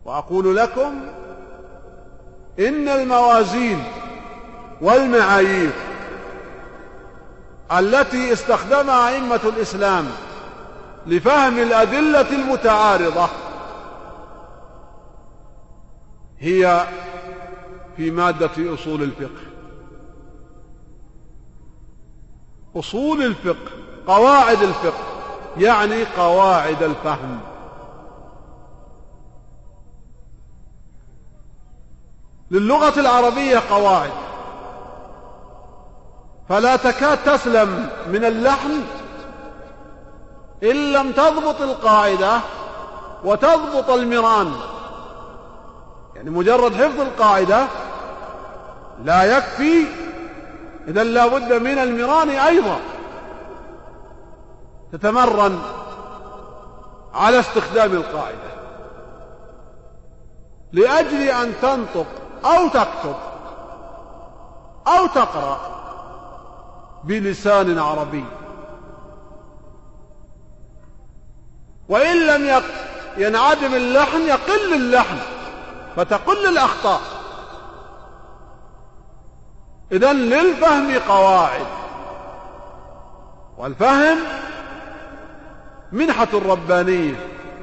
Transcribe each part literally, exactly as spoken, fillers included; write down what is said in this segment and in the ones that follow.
وأقول لكم إن الموازين والمعايير التي استخدمها أئمة الإسلام لفهم الأدلة المتعارضة هي في مادة أصول الفقه. أصول الفقه، قواعد الفقه، يعني قواعد الفهم. للغة العربية قواعد، فلا تكاد تسلم من اللحن إن لم تضبط القاعدة وتضبط المران. يعني مجرد حفظ القاعدة لا يكفي، إذن لا بد من المران أيضا، تتمرن على استخدام القاعدة لأجل أن تنطق أو تكتب أو تقرأ بلسان عربي. وإن لم ينعدم اللحن يقل اللحن فتقل الأخطاء. إذن للفهم قواعد، والفهم منحة ربانية.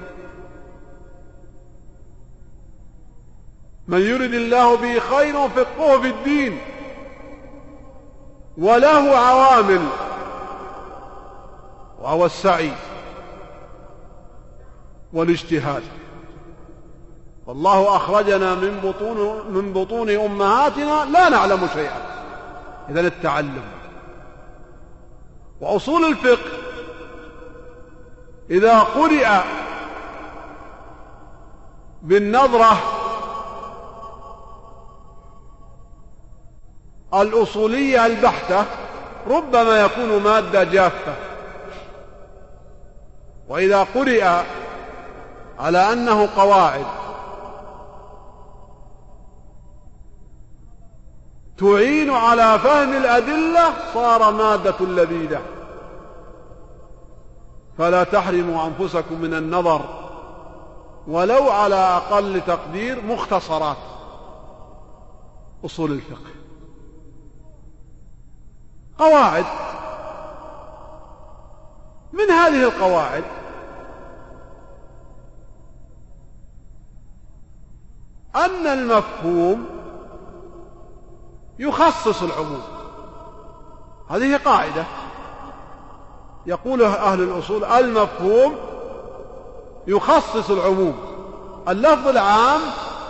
من يرد الله به خيرا يفقهه في الدين، وله عوامل وهو السعي والاجتهاد. والله أخرجنا من بطون من بطون أمهاتنا لا نعلم شيئا. إذن التعلم. وأصول الفقه إذا قرئ بالنظرة الأصولية البحتة ربما يكون مادة جافة، وإذا قرئ على أنه قواعد تعين على فهم الأدلة صار مادة لذيذة. فلا تحرموا أنفسكم من النظر ولو على أقل تقدير مختصرات أصول الفقه. قواعد، من هذه القواعد أن المفهوم يخصص العموم. هذه قاعدة يقول أهل الأصول: المفهوم يخصص العموم. اللفظ العام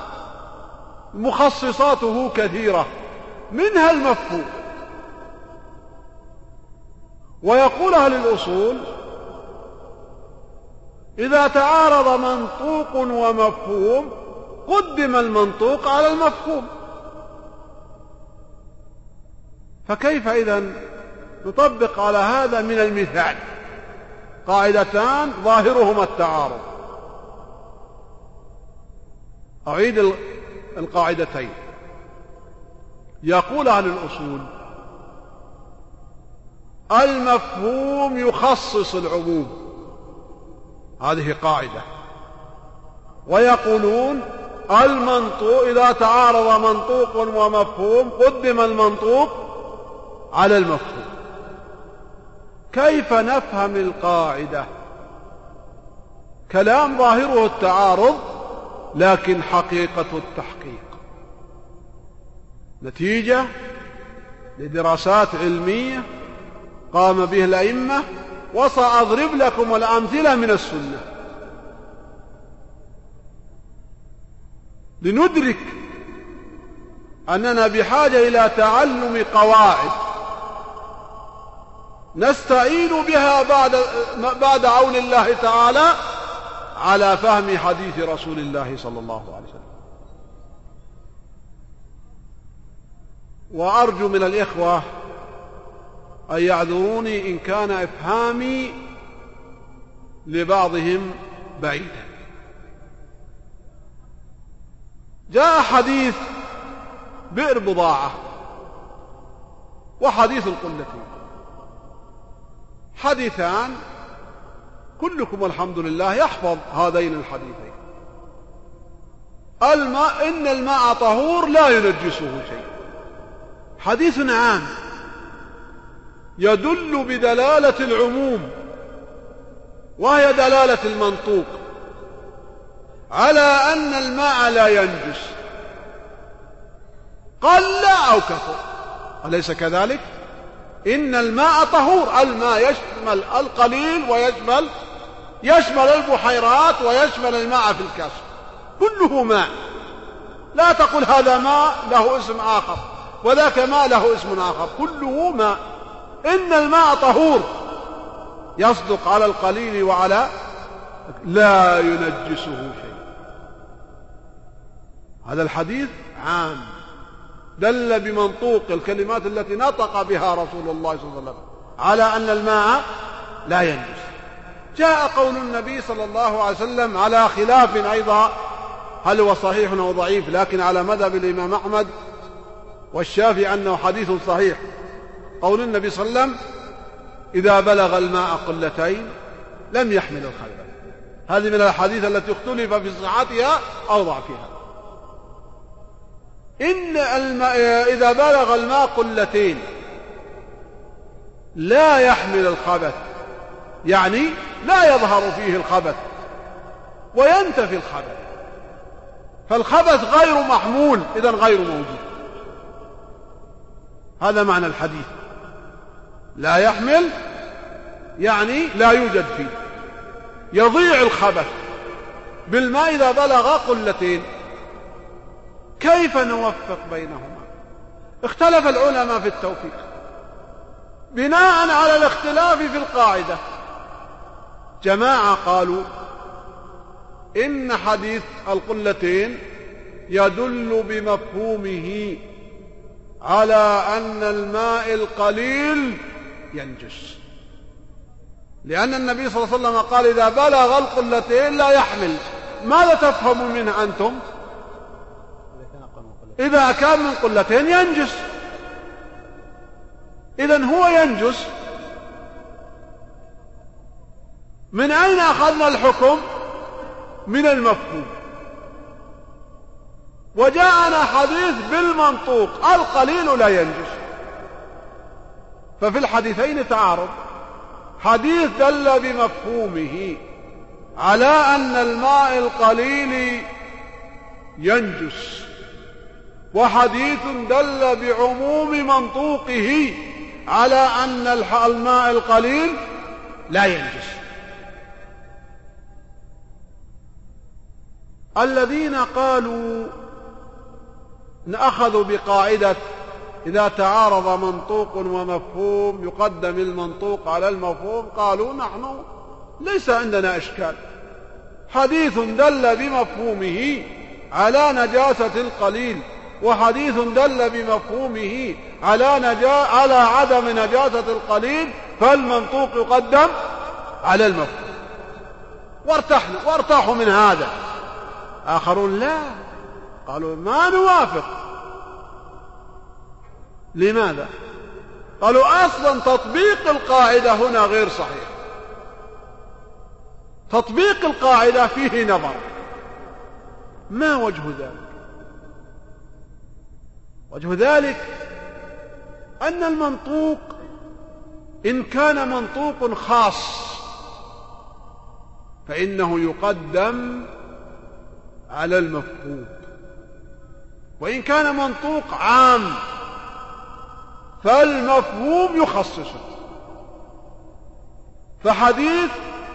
مخصصاته كثيرة، منها المفهوم. ويقول أهل الأصول: إذا تعارض منطوق ومفهوم قدم المنطوق على المفهوم. فكيف إذن نطبق على هذا من المثال قاعدتان ظاهرهما التعارض؟ أعيد القاعدتين. يقول أهل الأصول: المفهوم يخصص العموم، هذه قاعدة. ويقولون: المنطوق إذا تعارض منطوق ومفهوم قدم المنطوق على المفهوم. كيف نفهم القاعدة؟ كلام ظاهره التعارض لكن حقيقة التحقيق نتيجة لدراسات علمية قام به الأئمة، وسأضرب لكم الأمثلة من السنة لندرك أننا بحاجة إلى تعلم قواعد نستعين بها بعد, بعد عون الله تعالى على فهم حديث رسول الله صلى الله عليه وسلم. وأرجو من الإخوة أن يعذروني إن كان إفهامي لبعضهم بعيدا. جاء حديث بئر بضاعة وحديث القلتين، حديثان كلكم الحمد لله يحفظ هذين الحديثين. الماء إن الماء طهور لا ينجسه شيء، حديث عام يدل بدلالة العموم وهي دلالة المنطوق على أن الماء لا ينجس قل أو كثر، أليس كذلك؟ إن الماء طهور، الماء يشمل القليل ويشمل يشمل البحيرات ويشمل الماء في الكاس، كله ماء. لا تقل هذا ماء له اسم آخر وذاك ماء له اسم آخر، كله ماء. إن الماء طهور يصدق على القليل وعلى لا ينجسه شيء. هذا الحديث عام دل بمنطوق الكلمات التي نطق بها رسول الله صلى الله عليه وسلم على أن الماء لا ينجس. جاء قول النبي صلى الله عليه وسلم على خلاف أيضا هل هو صحيح أو ضعيف، لكن على مذهب الإمام أحمد والشافعي أنه حديث صحيح. قول النبي صلى الله عليه وسلم إذا بلغ الماء قلتين لم يحمل الخبث. هذه من الأحاديث التي اختلف في صحتها أو ضعفها. إن الماء إذا بلغ الماء قلتين لا يحمل الخبث، يعني لا يظهر فيه الخبث وينتفي الخبث، فالخبث غير محمول إذن غير موجود. هذا معنى الحديث، لا يحمل يعني لا يوجد فيه، يضيع الخبث بالماء إذا بلغ قلتين. كيف نوفق بينهما؟ اختلف العلماء في التوفيق بناء على الاختلاف في القاعدة. جماعة قالوا إن حديث القلتين يدل بمفهومه على أن الماء القليل ينجس، لأن النبي صلى الله عليه وسلم قال إذا بلغ القلتين لا يحمل. ماذا تفهم منه أنتم؟ إذا كان من قلتين ينجس، إذن هو ينجس. من أين أخذنا الحكم؟ من المفهوم. وجاءنا حديث بالمنطوق القليل لا ينجس، ففي الحديثين تعارض. حديث دل بمفهومه على أن الماء القليل ينجس، وحديث دل بعموم منطوقه على أن الماء القليل لا ينجس. الذين قالوا أخذوا بقاعدة إذا تعارض منطوق ومفهوم يقدم المنطوق على المفهوم، قالوا نحن ليس عندنا إشكال، حديث دل بمفهومه على نجاسة القليل وحديث دل بمفهومه على, نجا... على عدم نجاسة القليل، فالمنطوق يقدم على المفهوم. وارتحنا وارتاحوا من هذا. آخرون لا، قالوا ما نوافق. لماذا؟ قالوا أصلا تطبيق القاعدة هنا غير صحيح، تطبيق القاعدة فيه نظر. ما وجه ذلك؟ وجه ذلك أن المنطوق إن كان منطوق خاص فإنه يقدم على المفهوم، وإن كان منطوق عام فالمفهوم يخصصه. فحديث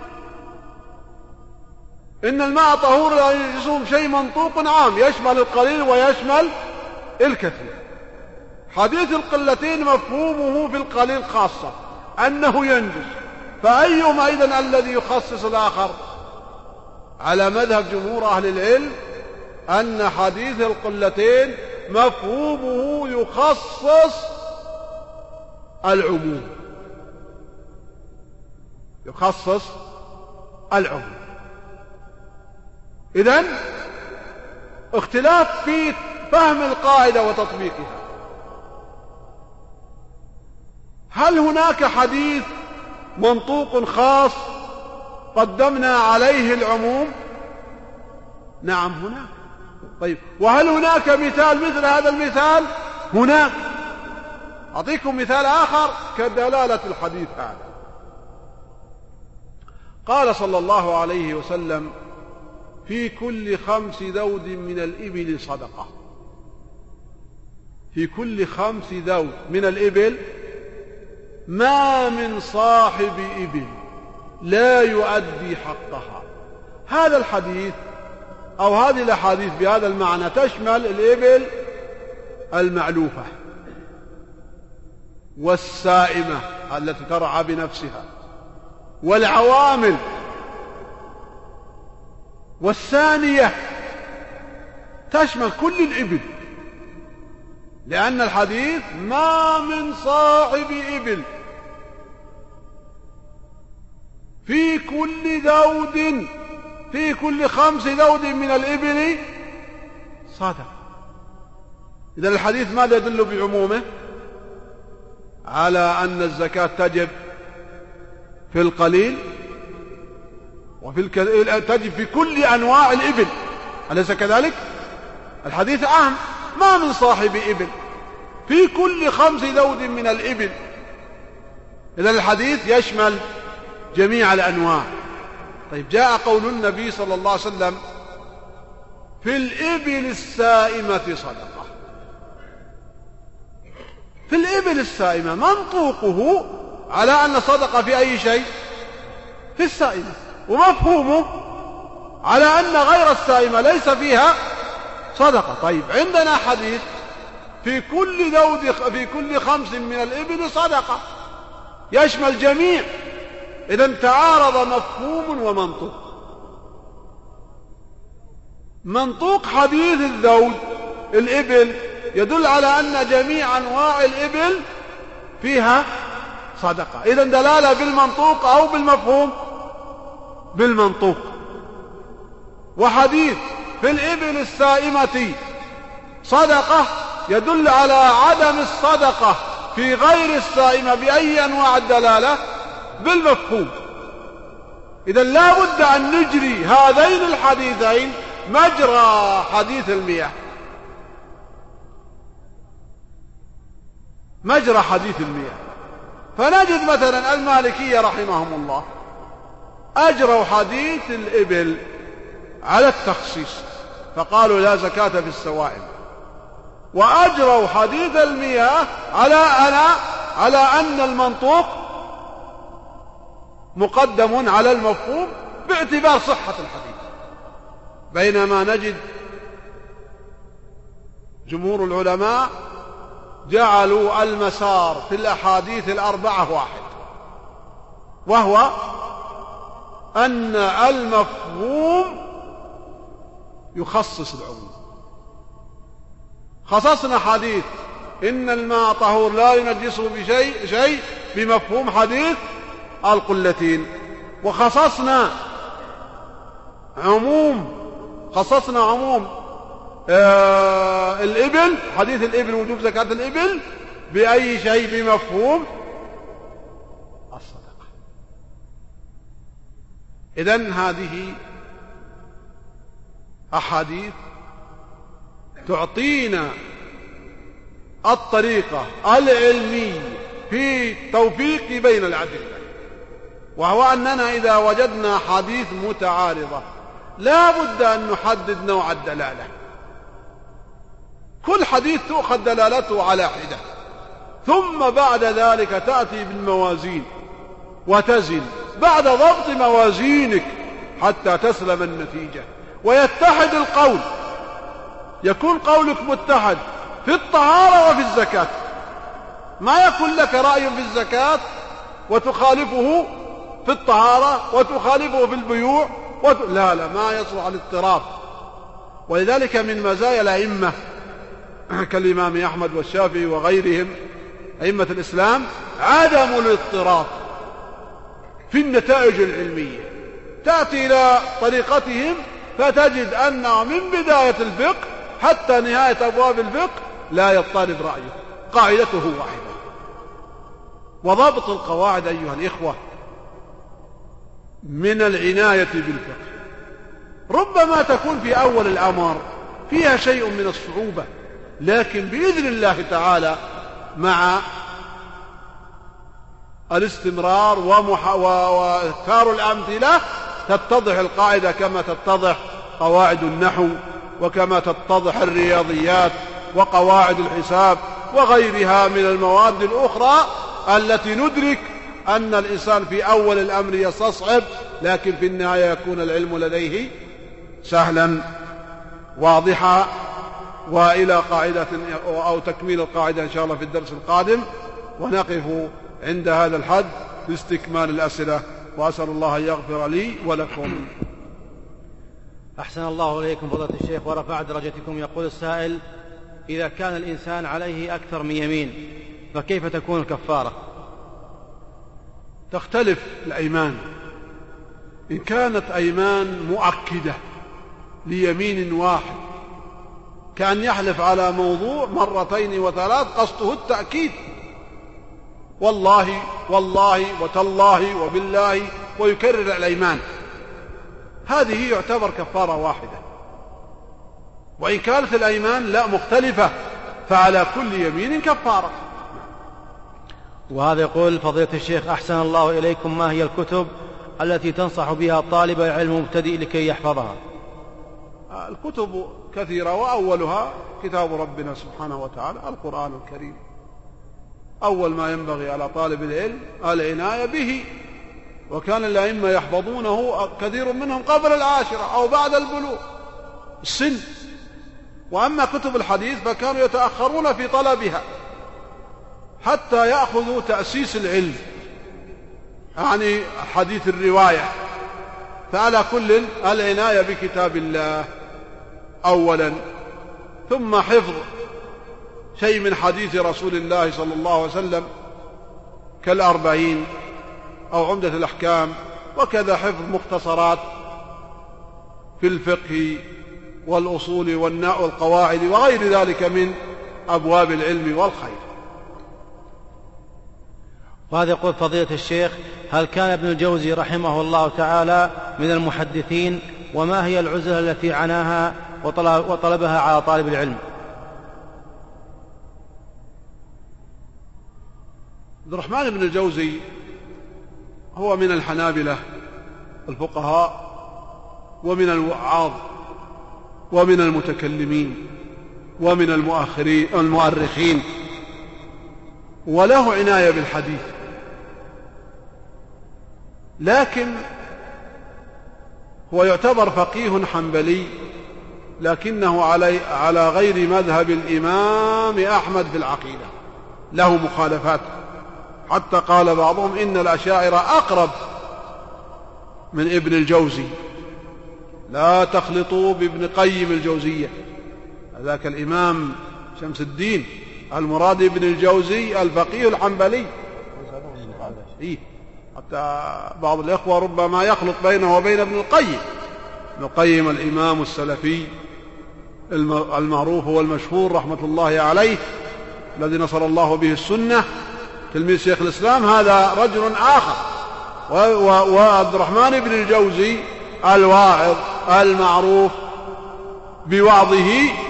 إن الماء طهور لا ينجسه شيء منطوق عام يشمل القليل ويشمل الكثير. حديث القلتين مفهومه في القليل خاصة أنه ينجس، فأيهما إذن الذي يخصص الآخر؟ على مذهب جمهور أهل العلم أن حديث القلتين مفهومه يخصص العموم، يخصص العموم. إذن اختلاف في فهم القاعدة وتطبيقها. هل هناك حديث منطوق خاص قدمنا عليه العموم؟ نعم هناك، طيب وهل هناك مثال مثل هذا المثال؟ هناك. أعطيكم مثال آخر كدلالة الحديث هذا. قال صلى الله عليه وسلم: في كل خمس ذود من الإبل صدقة. في كل خمس ذود من الإبل ما من صاحب إبل لا يؤدي حقها. هذا الحديث أو هذه الأحاديث بهذا المعنى تشمل الإبل المعلوفة والسائمة التي ترعى بنفسها والعوامل والثانية، تشمل كل الإبل، لأن الحديث ما من صاحب إبل في كل ذود في كل خمس ذود من الإبل صدقة. إذن الحديث ماذا يدل بعمومه؟ على أن الزكاة تجب في القليل وفي الكثير، تجب في كل أنواع الإبل، أليس كذلك؟ الحديث أهم: ما من صاحب إبل في كل خمس ذود من الإبل. إذن الحديث يشمل جميع الأنواع. طيب، جاء قول النبي صلى الله عليه وسلم: في الإبل السائمة صدقة. في الإبل السائمة منطوقه على أن صدقة في أي شيء؟ في السائمة، ومفهومه على أن غير السائمة ليس فيها صدقة. طيب، عندنا حديث في كل ذود في كل خمس من الإبل صدقة، يشمل جميع. إذن تعارض مفهوم ومنطوق. منطوق حديث الذود الإبل يدل على أن جميع أنواع الإبل فيها صدقة. إذن دلالة بالمنطوق أو بالمفهوم؟ بالمنطوق. وحديث في الإبل السائمة صدقة يدل على عدم الصدقة في غير السائمة بأي أنواع الدلالة؟ بالمفهوم. إذن لا بد أن نجري هذين الحديثين مجرى حديث المياه، مجرى حديث المياه. فنجد مثلا المالكية رحمهم الله أجروا حديث الإبل على التخصيص فقالوا لا زكاة في السوائم، وأجروا حديث المياه على أنا على أن المنطوق مقدم على المفهوم باعتبار صحة الحديث. بينما نجد جمهور العلماء جعلوا المسار في الأحاديث الأربعة واحد، وهو أن المفهوم يخصص العموم. خصصنا حديث إن الماء طهور لا ينجسه بشيء شيء بمفهوم حديث القلتين، وخصصنا عموم خصصنا عموم آه الإبل، حديث الإبل وجوب زكاة الإبل بأي شيء؟ بمفهوم الصدقة. إذن هذه أحاديث تعطينا الطريقة العلمية في التوفيق بين الأدلة، وهو أننا إذا وجدنا حديث متعارضة لا بد أن نحدد نوع الدلالة. كل حديث تؤخذ دلالته على حدة، ثم بعد ذلك تأتي بالموازين وتزن بعد ضبط موازينك حتى تسلم النتيجة ويتحد القول، يكون قولك متحد في الطهارة وفي الزكاة. ما يكون لك رأي في الزكاة وتخالفه في الطهارة وتخالفه في البيوع وت... لا لا ما يصلح الاضطراب. ولذلك من مزايا الأئمة كالإمام أحمد والشافعي وغيرهم أئمة الإسلام عدم الاضطراب في النتائج العلمية. تأتي إلى طريقتهم فتجد أنه من بداية الفقه حتى نهاية أبواب الفقه لا يضطرب رأيه، قاعدته واحدة. وضبط القواعد أيها الإخوة من العناية بالفقه. ربما تكون في أول الأمر فيها شيء من الصعوبة، لكن بإذن الله تعالى مع الاستمرار وإذكار الأمثلة تتضح القاعدة كما تتضح قواعد النحو، وكما تتضح الرياضيات وقواعد الحساب وغيرها من المواد الأخرى التي ندرك أن الإنسان في أول الأمر يستصعب، لكن في النهاية يكون العلم لديه سهلا واضحا. وإلى قاعدة أو تكميل القاعدة إن شاء الله في الدرس القادم، ونقف عند هذا الحد لاستكمال الأسئلة، وأسأل الله أن يغفر لي ولكم. أحسن الله إليكم فضيلة الشيخ ورفع درجتكم. يقول السائل: إذا كان الإنسان عليه أكثر من يمين فكيف تكون الكفارة؟ تختلف الأيمان. إن كانت أيمان مؤكدة ليمين واحد، كأن يحلف على موضوع مرتين وثلاث قصده التأكيد، والله والله وتالله وبالله، ويكرر الأيمان، هذه يعتبر كفارة واحدة. وإن كانت الأيمان لا مختلفة فعلى كل يمين كفارة. وهذا يقول: فضيلة الشيخ أحسن الله إليكم، ما هي الكتب التي تنصح بها طالب العلم مبتدئ لكي يحفظها؟ الكتب كثيرة، وأولها كتاب ربنا سبحانه وتعالى القرآن الكريم. أول ما ينبغي على طالب العلم العناية به، وكان الأئمة يحفظونه كثير منهم قبل العاشرة أو بعد البلوغ السن. وأما كتب الحديث فكانوا يتأخرون في طلبها حتى يأخذوا تأسيس العلم، يعني حديث الرواية. فعلى كل العناية بكتاب الله أولا، ثم حفظ شيء من حديث رسول الله صلى الله عليه وسلم كالأربعين أو عمدة الأحكام، وكذا حفظ مختصرات في الفقه والأصول والقواعد وغير ذلك من أبواب العلم والخير. وهذا يقول: فضيلة الشيخ، هل كان ابن الجوزي رحمه الله تعالى من المحدثين؟ وما هي العزلة التي عناها وطلبها على طالب العلم؟ عبد الرحمن بن الجوزي هو من الحنابلة الفقهاء، ومن الوعاظ، ومن المتكلمين، ومن المؤرخين، وله عناية بالحديث، لكن هو يعتبر فقيه حنبلي، لكنه علي على غير مذهب الإمام أحمد في العقيدة، له مخالفات، حتى قال بعضهم إن الأشاعرة أقرب من ابن الجوزي، لا تخلطوا بابن قيم الجوزية، ذاك الإمام شمس الدين، المراد ابن الجوزي الفقيه الحنبلي. إيه؟ حتى بعض الإخوة ربما يخلط بينه وبين ابن القيم. ابن القيم الإمام السلفي المعروف والمشهور رحمة الله عليه، الذي نصر الله به السنة، تلميذ شيخ الإسلام، هذا رجل آخر. وعبد الرحمن بن الجوزي الواعظ المعروف بوعظه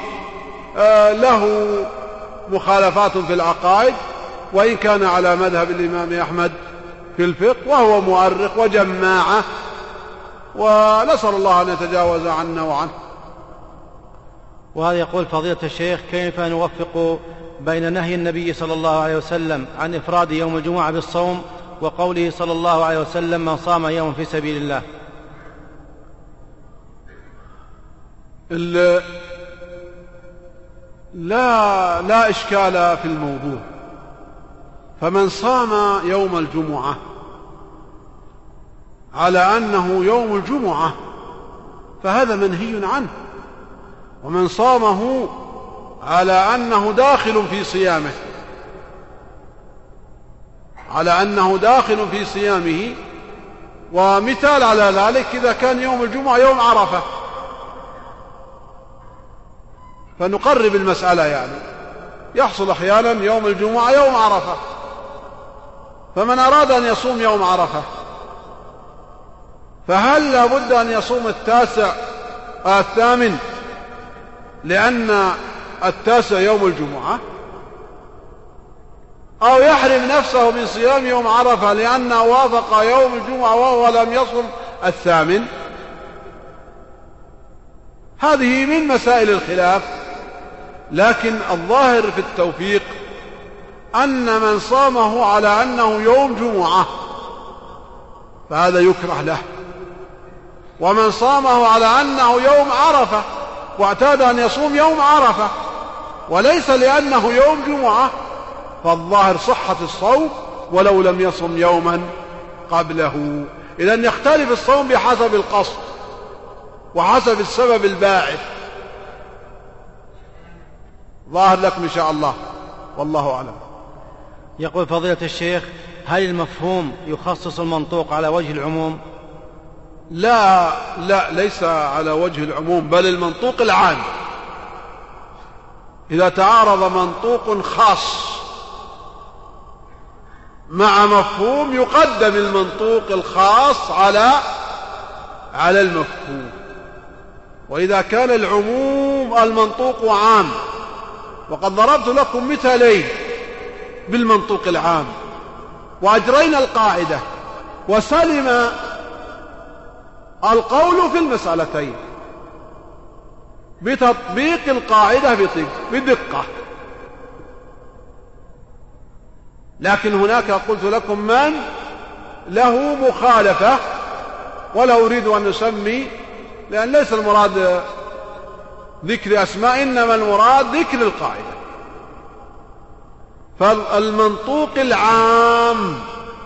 له مخالفات في العقائد، وإن كان على مذهب الإمام أحمد في الفقه، وهو مؤرخ وجماعة، ونسأل الله أن يتجاوز عنا وعنه. وهذا يقول: فضيلة الشيخ، كيف نوفق بين نهي النبي صلى الله عليه وسلم عن إفراد يوم الجمعة بالصوم وقوله صلى الله عليه وسلم: من صام يوم في سبيل الله؟ لا لا إشكال في الموضوع. فمن صام يوم الجمعة على أنه يوم الجمعة فهذا منهي عنه، ومن صامه على أنه داخل في صيامه على أنه داخل في صيامه ومثال على ذلك إذا كان يوم الجمعة يوم عرفة، فنقرب المسألة، يعني يحصل أحيانا يوم الجمعة يوم عرفة، فمن أراد أن يصوم يوم عرفة فهل لابد أن يصوم التاسع الثامن لأن التاسع يوم الجمعة، أو يحرم نفسه من صيام يوم عرفة لأنه وافق يوم الجمعة وهو لم يصم الثامن. هذه من مسائل الخلاف، لكن الظاهر في التوفيق أن من صامه على أنه يوم جمعة فهذا يكره له، ومن صامه على أنه يوم عرفة واعتاد أن يصوم يوم عرفة وليس لأنه يوم جمعة فالظاهر صحة الصوم ولو لم يصم يوما قبله. إذن يختلف الصوم بحسب القصد وحسب السبب الباعث. ظاهر لكم إن شاء الله، والله أعلم. يقول فضيلة الشيخ: هل المفهوم يخصص المنطوق على وجه العموم؟ لا لا ليس على وجه العموم، بل المنطوق العام. إذا تعارض منطوق خاص مع مفهوم يقدم المنطوق الخاص على على المفهوم. وإذا كان العموم المنطوق عام، وقد ضربت لكم مثالين بالمنطوق العام وأجرينا القاعدة وسلم القول في المسألتين بتطبيق القاعدة بدقة. لكن هناك قلت لكم من له مخالفة، ولا أريد أن نسمي لأن ليس المراد ذكر أسماء، إنما المراد ذكر القاعدة. فالمنطوق العام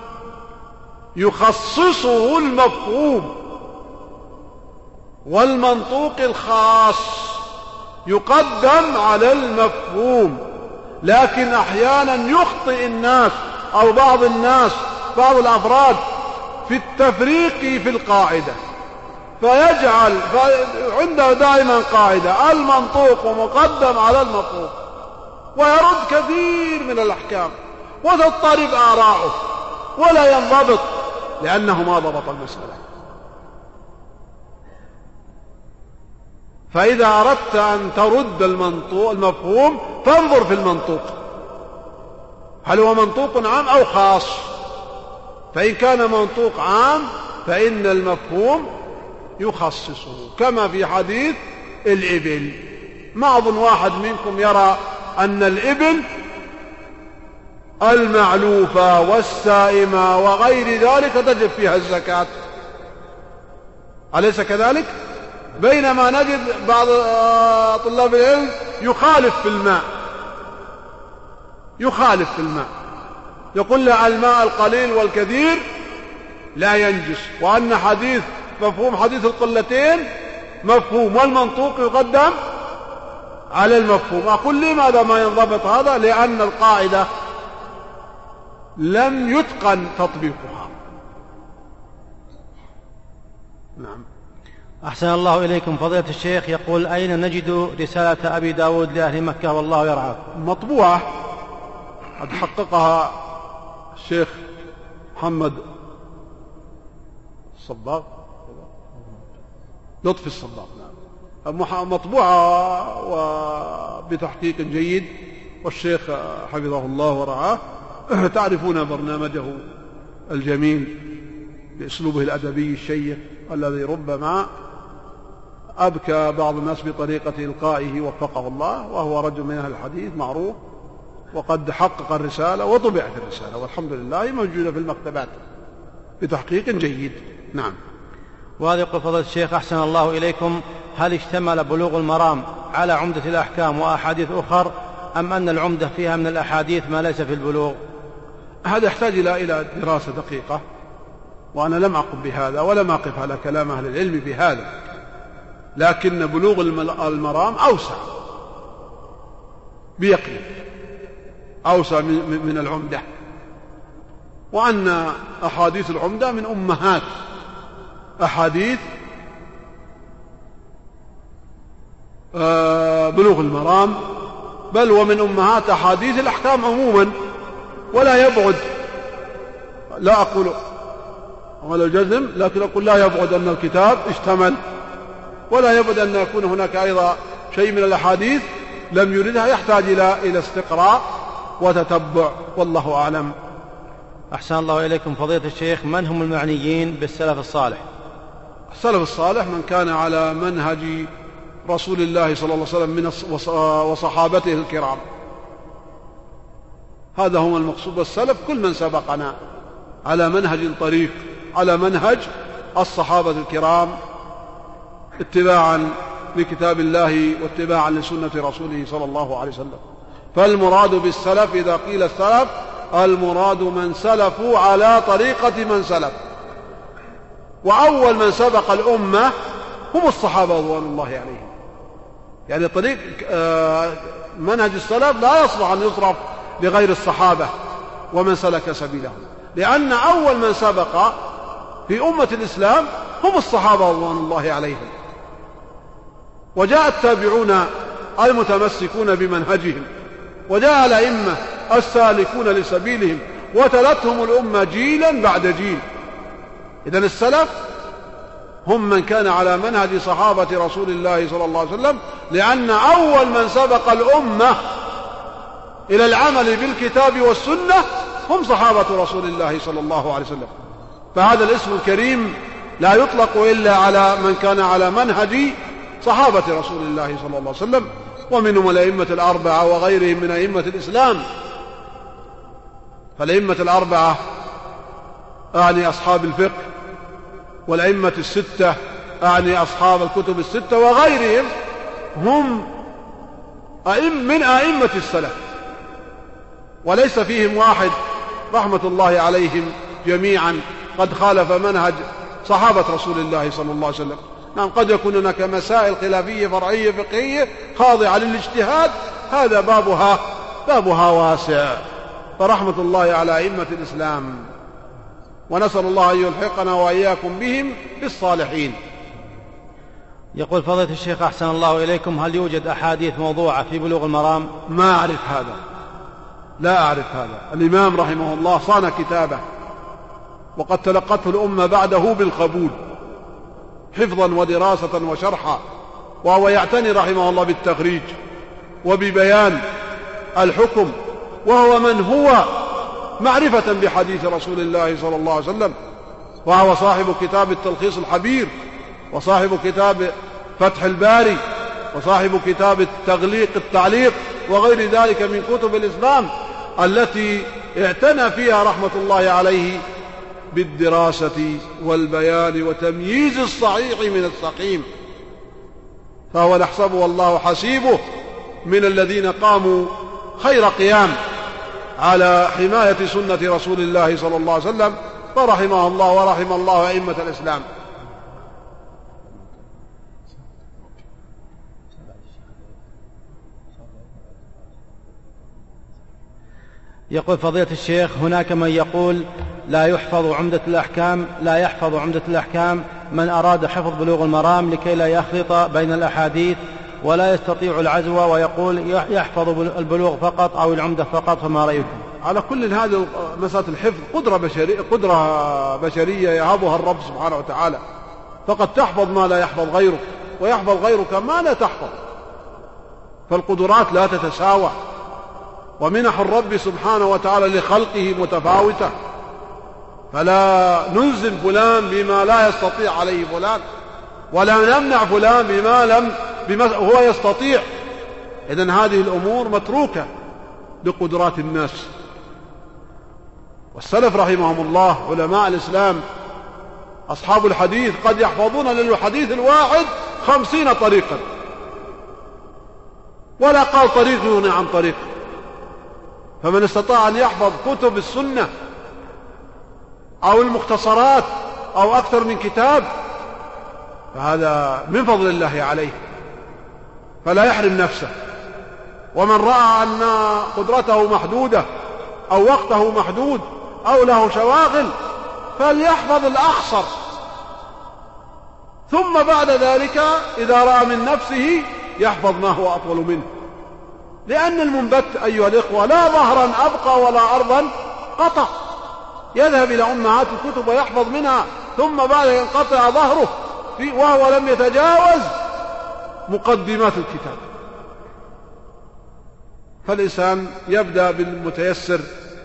يخصصه المفهوم، والمنطوق الخاص يقدم على المفهوم. لكن أحيانا يخطئ الناس أو بعض الناس بعض الأفراد في التفريق في القاعدة، فيجعل عنده دائما قاعدة المنطوق مقدم على المفهوم، ويرد كثير من الأحكام وتضطرب آراؤه ولا ينضبط لأنه ما ضبط المسألة. فإذا أردت أن ترد المنطوق المفهوم فانظر في المنطوق هل هو منطوق عام أو خاص. فإن كان منطوق عام فإن المفهوم يخصصه، كما في حديث الإبل. ما أظن واحد منكم يرى أن الإبل المعلوفة والسائمة وغير ذلك تجب فيها الزكاة، أليس كذلك؟ بينما نجد بعض طلاب العلم يخالف في الماء يخالف في الماء يقول لا، الماء القليل والكثير لا ينجس، وأن حديث مفهوم حديث القلتين مفهوم والمنطوق يقدم على المفهوم. أقول لماذا ما ينضبط هذا؟ لأن القاعدة لم يتقن تطبيقها. نعم. أحسن الله إليكم فضيلة الشيخ. يقول: أين نجد رسالة أبي داود لأهل مكة والله يرعاك؟ مطبوعة، قد حققها الشيخ محمد الصباغ لطفي الصباغ. نعم، مطبوعة وبتحقيق جيد، والشيخ حفظه الله ورعاه تعرفون برنامجه الجميل بأسلوبه الأدبي الشيق الذي ربما أبكى بعض الناس بطريقة إلقائه وفقه الله، وهو رجل من أهل الحديث معروف، وقد حقق الرسالة وطبعت الرسالة والحمد لله موجودة في المكتبات بتحقيق جيد. نعم. وهذا يقول فضيلة الشيخ: أحسن الله إليكم، هل اشتمل بلوغ المرام على عمدة الأحكام وأحاديث أخر، أم أن العمدة فيها من الأحاديث ما ليس في البلوغ؟ هذا يحتاج إلى دراسة دقيقة، وأنا لم أقم بهذا ولم أقف على كلام أهل العلم بهذا، لكن بلوغ المرام أوسع بيقين، أوسع من العمدة، وأن أحاديث العمدة من أمهات أحاديث بلوغ المرام، بل ومن أمهات أحاديث الأحكام عموما. ولا يبعد، لا أقول ولا الجزم، لكن أقول لا يبعد أن الكتاب اشتمل، ولا يبعد أن يكون هناك أيضا شيء من الأحاديث لم يردها يحتاج إلى إلى استقراء وتتبع، والله أعلم. أحسن الله إليكم فضيلة الشيخ، من هم المعنيين بالسلف الصالح؟ السلف الصالح من كان على منهج رسول الله صلى الله عليه وسلم من وصحابته الكرام، هذا هو المقصود بالسلف، كل من سبقنا على منهج طريق، على منهج الصحابة الكرام اتباعا لكتاب الله واتباعا لسنة رسوله صلى الله عليه وسلم. فالمراد بالسلف إذا قيل السلف المراد من سلفوا على طريقة من سلف، وأول من سبق الأمة هم الصحابة رضوان الله عليهم. يعني طريق منهج السلف لا يصلح أن يصرف لغير الصحابة ومن سلك سبيلهم، لأن أول من سبق في أمة الإسلام هم الصحابة رضوان الله عليهم، وجاء التابعون المتمسكون بمنهجهم، وجاء الأئمة السالكون لسبيلهم، وتلتهم الأمة جيلا بعد جيل. إذن السلف هم من كان على منهج صحابة رسول الله صلى الله عليه وسلم، لأن أول من سبق الأمة إلى العمل بالكتاب والسنة هم صحابة رسول الله صلى الله عليه وسلم. فهذا الاسم الكريم لا يطلق إلا على من كان على منهج صحابة رسول الله صلى الله عليه وسلم، ومنهم الأئمة الأربعة وغيرهم من أئمة الإسلام. فالأئمة الأربعة أعني أصحاب الفقه، والأئمة الستة أعني أصحاب الكتب الستة وغيرهم هم أئم من أئمة السلف، وليس فيهم واحد رحمة الله عليهم جميعا قد خالف منهج صحابة رسول الله صلى الله عليه وسلم. نعم قد يكون هناك مسائل خلافية فرعية فقهية خاضعة للاجتهاد، هذا بابها بابها واسع، فرحمة الله على أئمة الإسلام، ونسأل الله أن يلحقنا وإياكم بهم بالصالحين. يقول فضيلة الشيخ أحسن الله إليكم، هل يوجد أحاديث موضوعة في بلوغ المرام؟ ما أعرف هذا، لا أعرف هذا. الإمام رحمه الله صان كتابه، وقد تلقته الأمة بعده بالقبول حفظا ودراسة وشرحا، وهو يعتني رحمه الله بالتخريج وببيان الحكم، وهو من هو معرفة بحديث رسول الله صلى الله عليه وسلم، وهو صاحب كتاب التلخيص الحبير، وصاحب كتاب فتح الباري، وصاحب كتاب التغليق التعليق، وغير ذلك من كتب الإسلام التي اعتنى فيها رحمة الله عليه بالدراسة والبيان وتمييز الصحيح من السقيم. فهو نحسبه والله حسيبه من الذين قاموا خير قيام على حماية سنة رسول الله صلى الله عليه وسلم، فرحمه الله ورحم الله أئمة الإسلام. يقول فضيلة الشيخ، هناك من يقول لا يحفظ عمدة الأحكام لا يحفظ عمدة الأحكام من أراد حفظ بلوغ المرام لكي لا يخلط بين الأحاديث ولا يستطيع العزو، ويقول يحفظ البلوغ فقط أو العمدة فقط، فما رأيكم؟ على كل هذه مسألة الحفظ قدرة بشرية, قدرة بشرية يهبها الرب سبحانه وتعالى، فقد تحفظ ما لا يحفظ غيرك، ويحفظ غيرك ما لا تحفظ، فالقدرات لا تتساوى، ومنح الرب سبحانه وتعالى لخلقه متفاوتة، فلا نلزم فلان بما لا يستطيع عليه فلان، ولا نمنع فلان بما لم بما هو يستطيع. إذن هذه الأمور متروكة لقدرات الناس. والسلف رحمهم الله علماء الإسلام أصحاب الحديث قد يحفظون للحديث الواحد خمسين طريقا، ولا قال طريق يغني عن طريق. فمن استطاع أن يحفظ كتب السنة أو المختصرات أو أكثر من كتاب فهذا من فضل الله عليه، فلا يحرم نفسه. ومن رأى أن قدرته محدودة أو وقته محدود أو له شواغل فليحفظ الأخصر، ثم بعد ذلك إذا رأى من نفسه يحفظ ما هو أطول منه، لأن المنبت أيها الإخوة لا ظهرا أبقى ولا أرضا قطع، يذهب إلى أمهات الكتب ويحفظ منها، ثم بعد ينقطع ظهره وهو لم يتجاوز مقدمات الكتاب. فالإنسان يبدأ بالمتيسر،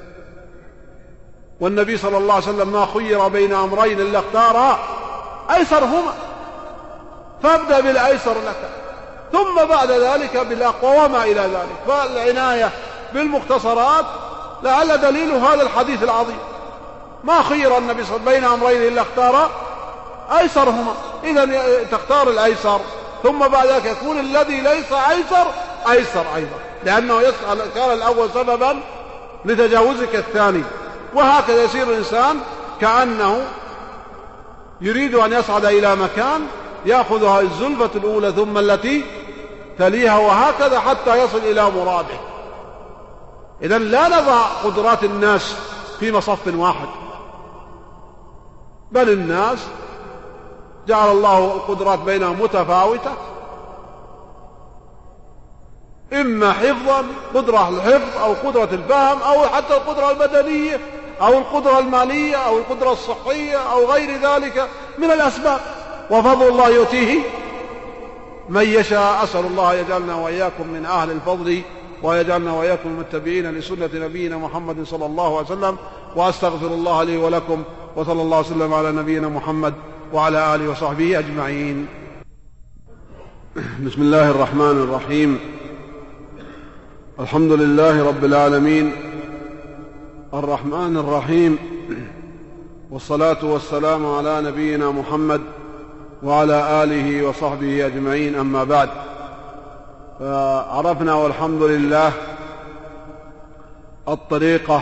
والنبي صلى الله عليه وسلم ما خير بين أمرين إلا اختار أيسرهما، فابدأ بالأيسر لك، ثم بعد ذلك بالأقوى وما إلى ذلك. فالعناية بالمختصرات لعل دليل هذا الحديث العظيم، ما خير النبي صلى الله عليه وسلم بين أمرين إلا اختار أيسرهما، إذن تختار الأيسر، ثم بعد ذلك يكون الذي ليس أيسر أيسر أيضا، لأنه كان الأول سببا لتجاوزك الثاني. وهكذا يصير الإنسان كأنه يريد أن يصعد إلى مكان، يأخذها الزلفة الأولى ثم التي تليها، وهكذا حتى يصل إلى مراده. إذن لا نضع قدرات الناس في مصف واحد، بل الناس جعل الله القدرات بينهم متفاوتة، إما حفظا قدرة الحفظ أو قدرة الفهم أو حتى القدرة البدنية أو القدرة المالية أو القدرة الصحية أو غير ذلك من الأسباب، وفضل الله يؤتيه من يشاء. أسأل الله يجعلنا وإياكم من أهل الفضل، ويجعلنا وإياكم متبعين لسنة نبينا محمد صلى الله عليه وسلم. وأستغفر الله لي ولكم، وصلى الله وسلم على نبينا محمد وعلى آله وصحبه أجمعين. بسم الله الرحمن الرحيم. الحمد لله رب العالمين الرحمن الرحيم، والصلاة والسلام على نبينا محمد وعلى آله وصحبه أجمعين. أما بعد، فعرفنا والحمد لله الطريقة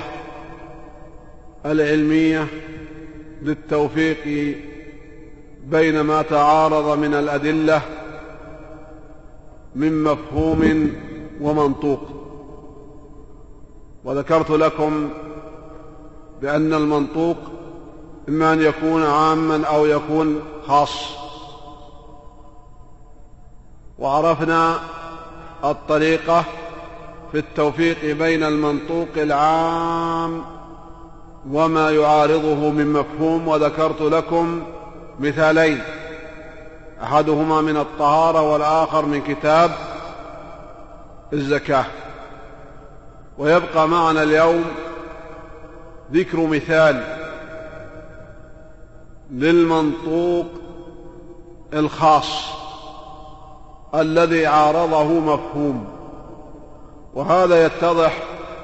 العلمية للتوفيق بين ما تعارض من الأدلة من مفهوم ومنطوق. وذكرت لكم بأن المنطوق إما أن يكون عاما أو يكون خاص، وعرفنا الطريقة في التوفيق بين المنطوق العام وما يعارضه من مفهوم، وذكرت لكم مثالين، أحدهما من الطهارة والآخر من كتاب الزكاة. ويبقى معنا اليوم ذكر مثال للمنطوق الخاص الذي عارضه مفهوم، وهذا يتضح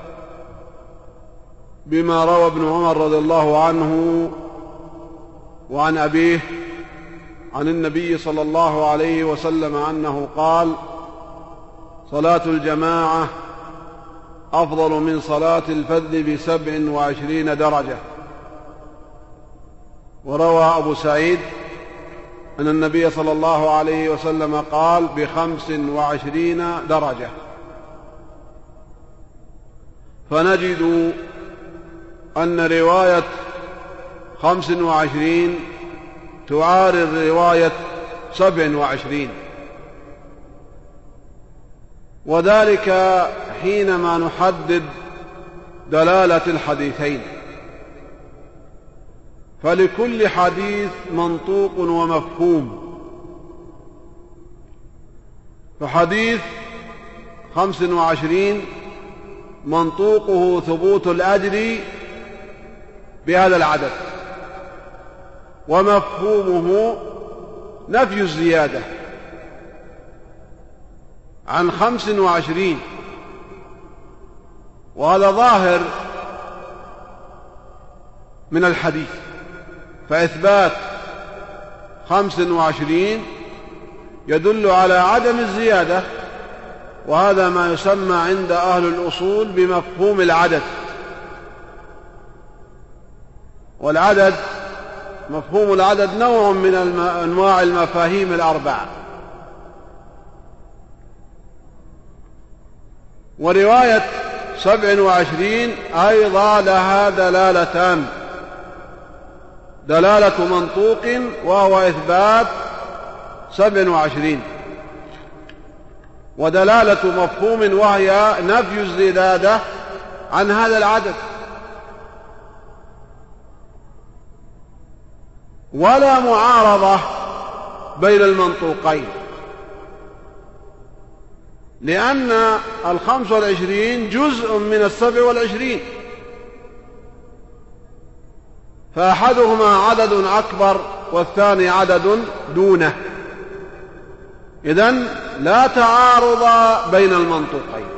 بما روى ابن عمر رضي الله عنه وعن أبيه عن النبي صلى الله عليه وسلم أنه قال: صلاة الجماعة أفضل من صلاة الفذ بسبع وعشرين درجة. وروى أبو سعيد أن النبي صلى الله عليه وسلم قال: بخمس وعشرين درجة. فنجد أن رواية خمس وعشرين تعارض رواية سبع وعشرين، وذلك حينما نحدد دلالة الحديثين، فلكل حديث منطوق ومفهوم. فحديث خمس وعشرين منطوقه ثبوت الأجر بهذا العدد، ومفهومه نفي الزيادة عن خمس وعشرين. وهذا ظاهر من الحديث، فإثبات خمس وعشرين يدل على عدم الزيادة، وهذا ما يسمى عند أهل الأصول بمفهوم العدد. والعدد، مفهوم العدد نوع من أنواع المفاهيم الأربعة. ورواية سبع وعشرين أيضا لها دلالتان: دلالة منطوق وهو إثبات سبع وعشرين، ودلالة مفهوم وهي نفي الزيادة عن هذا العدد. ولا معارضة بين المنطوقين، لأن الخمس والعشرين جزء من السبع والعشرين، فأحدهما عدد أكبر والثاني عدد دونه. إذن لا تعارض بين المنطوقين.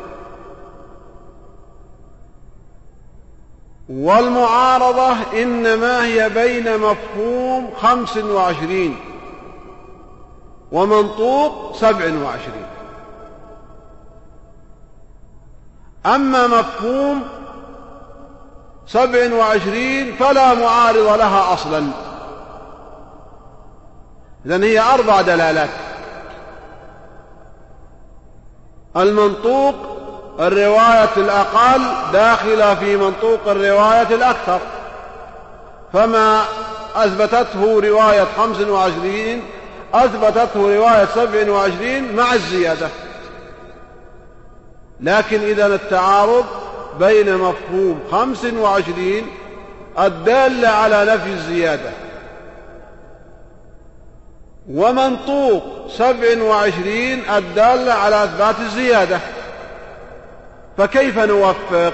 والمعارضة إنما هي بين مفهوم خمس وعشرين ومنطوق سبع وعشرين. أما مفهوم سبع وعشرين فلا معارض لها أصلا. إذن هي أربع دلالات: المنطوق الرواية الأقل داخلة في منطوق الرواية الأكثر، فما أثبتته رواية خمس وعشرين أثبتته رواية سبع وعشرين مع الزيادة. لكن إذا التعارض بين مفهوم خمس وعشرين الدال على نفي الزيادة ومنطوق سبع وعشرين الدال على إثبات الزيادة، فكيف نوفق؟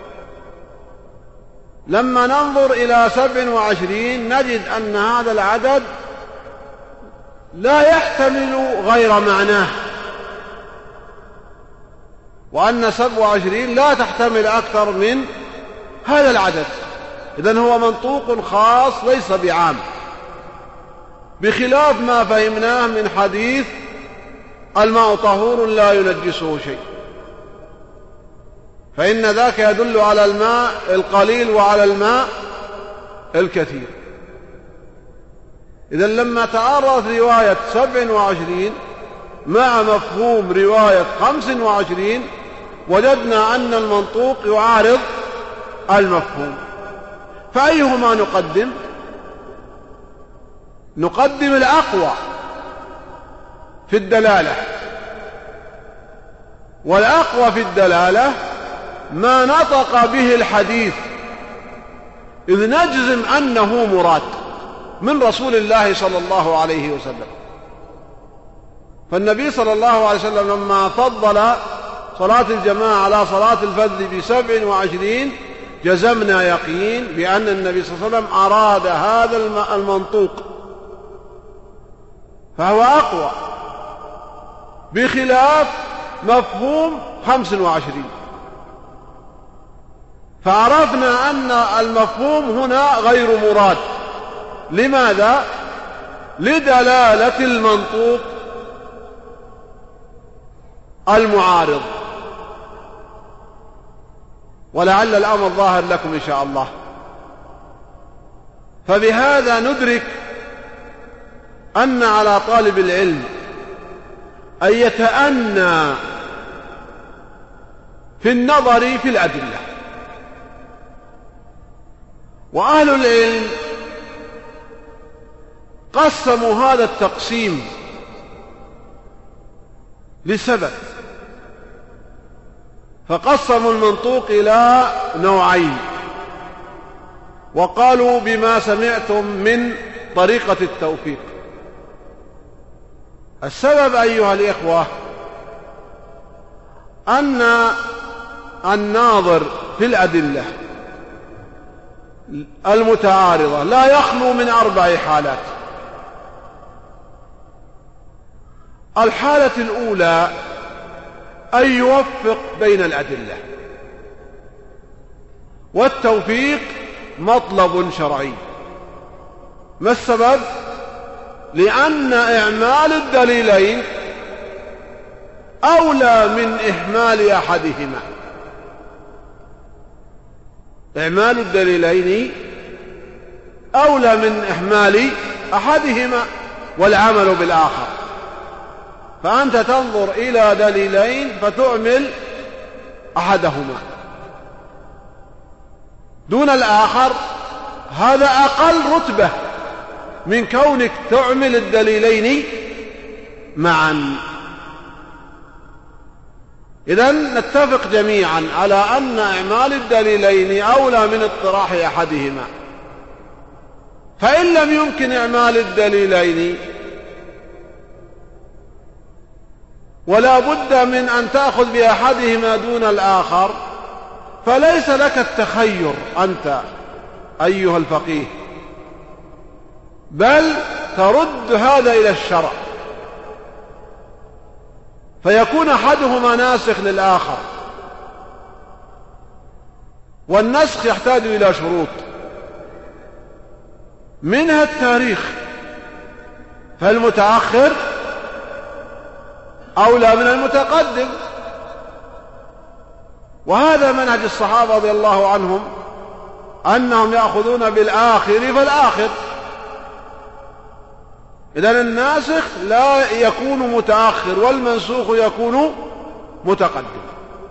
لما ننظر إلى سبع وعشرين نجد أن هذا العدد لا يحتمل غير معناه، وأن سبع وعشرين لا تحتمل أكثر من هذا العدد. إذن هو منطوق خاص ليس بعام، بخلاف ما فهمناه من حديث الماء طهور لا ينجسه شيء، فإن ذاك يدل على الماء القليل وعلى الماء الكثير. إذن لما تعارضت رواية سبع وعشرين مع مفهوم رواية خمس وعشرين وجدنا أن المنطوق يعارض المفهوم، فأيهما نقدم؟ نقدم الأقوى في الدلالة، والأقوى في الدلالة ما نطق به الحديث، إذ نجزم أنه مراد من رسول الله صلى الله عليه وسلم. فالنبي صلى الله عليه وسلم لما فضل صلاة الجماعة على صلاة الفذ بسبع وعشرين جزمنا يقين بأن النبي صلى الله عليه وسلم أراد هذا المنطوق، فهو أقوى بخلاف مفهوم خمس وعشرين. فعرفنا أن المفهوم هنا غير مراد. لماذا؟ لدلالة المنطوق المعارض، ولعل الأمر ظاهر لكم إن شاء الله. فبهذا ندرك أن على طالب العلم أن يتأنى في النظر في الأدلة. وأهل العلم قسموا هذا التقسيم لسبب، فقسموا المنطوق إلى نوعين، وقالوا بما سمعتم من طريقة التوفيق. السبب أيها الإخوة أن الناظر في الأدلة المتعارضة لا يخلو من أربع حالات. الحالة الأولى أن يوفق بين الأدلة، والتوفيق مطلب شرعي. ما السبب؟ لأن إعمال الدليلين أولى من إهمال أحدهما. إعمال الدليلين أولى من إهمال أحدهما والعمل بالآخر. فأنت تنظر إلى دليلين فتعمل أحدهما دون الآخر، هذا أقل رتبة من كونك تعمل الدليلين معا. إذن نتفق جميعا على أن إعمال الدليلين أولى من اطراح أحدهما. فإن لم يمكن إعمال الدليلين ولا بد من أن تأخذ بأحدهما دون الآخر، فليس لك التخير أنت أيها الفقيه، بل ترد هذا إلى الشرع، فيكون أحدهما ناسخ للآخر. والنسخ يحتاج إلى شروط، منها التاريخ، فالمتأخر أولى من المتقدم، وهذا منهج الصحابة رضي الله عنهم أنهم يأخذون بالآخر فالآخر. إذن الناسخ لا يكون متأخر والمنسوخ يكون متقدم.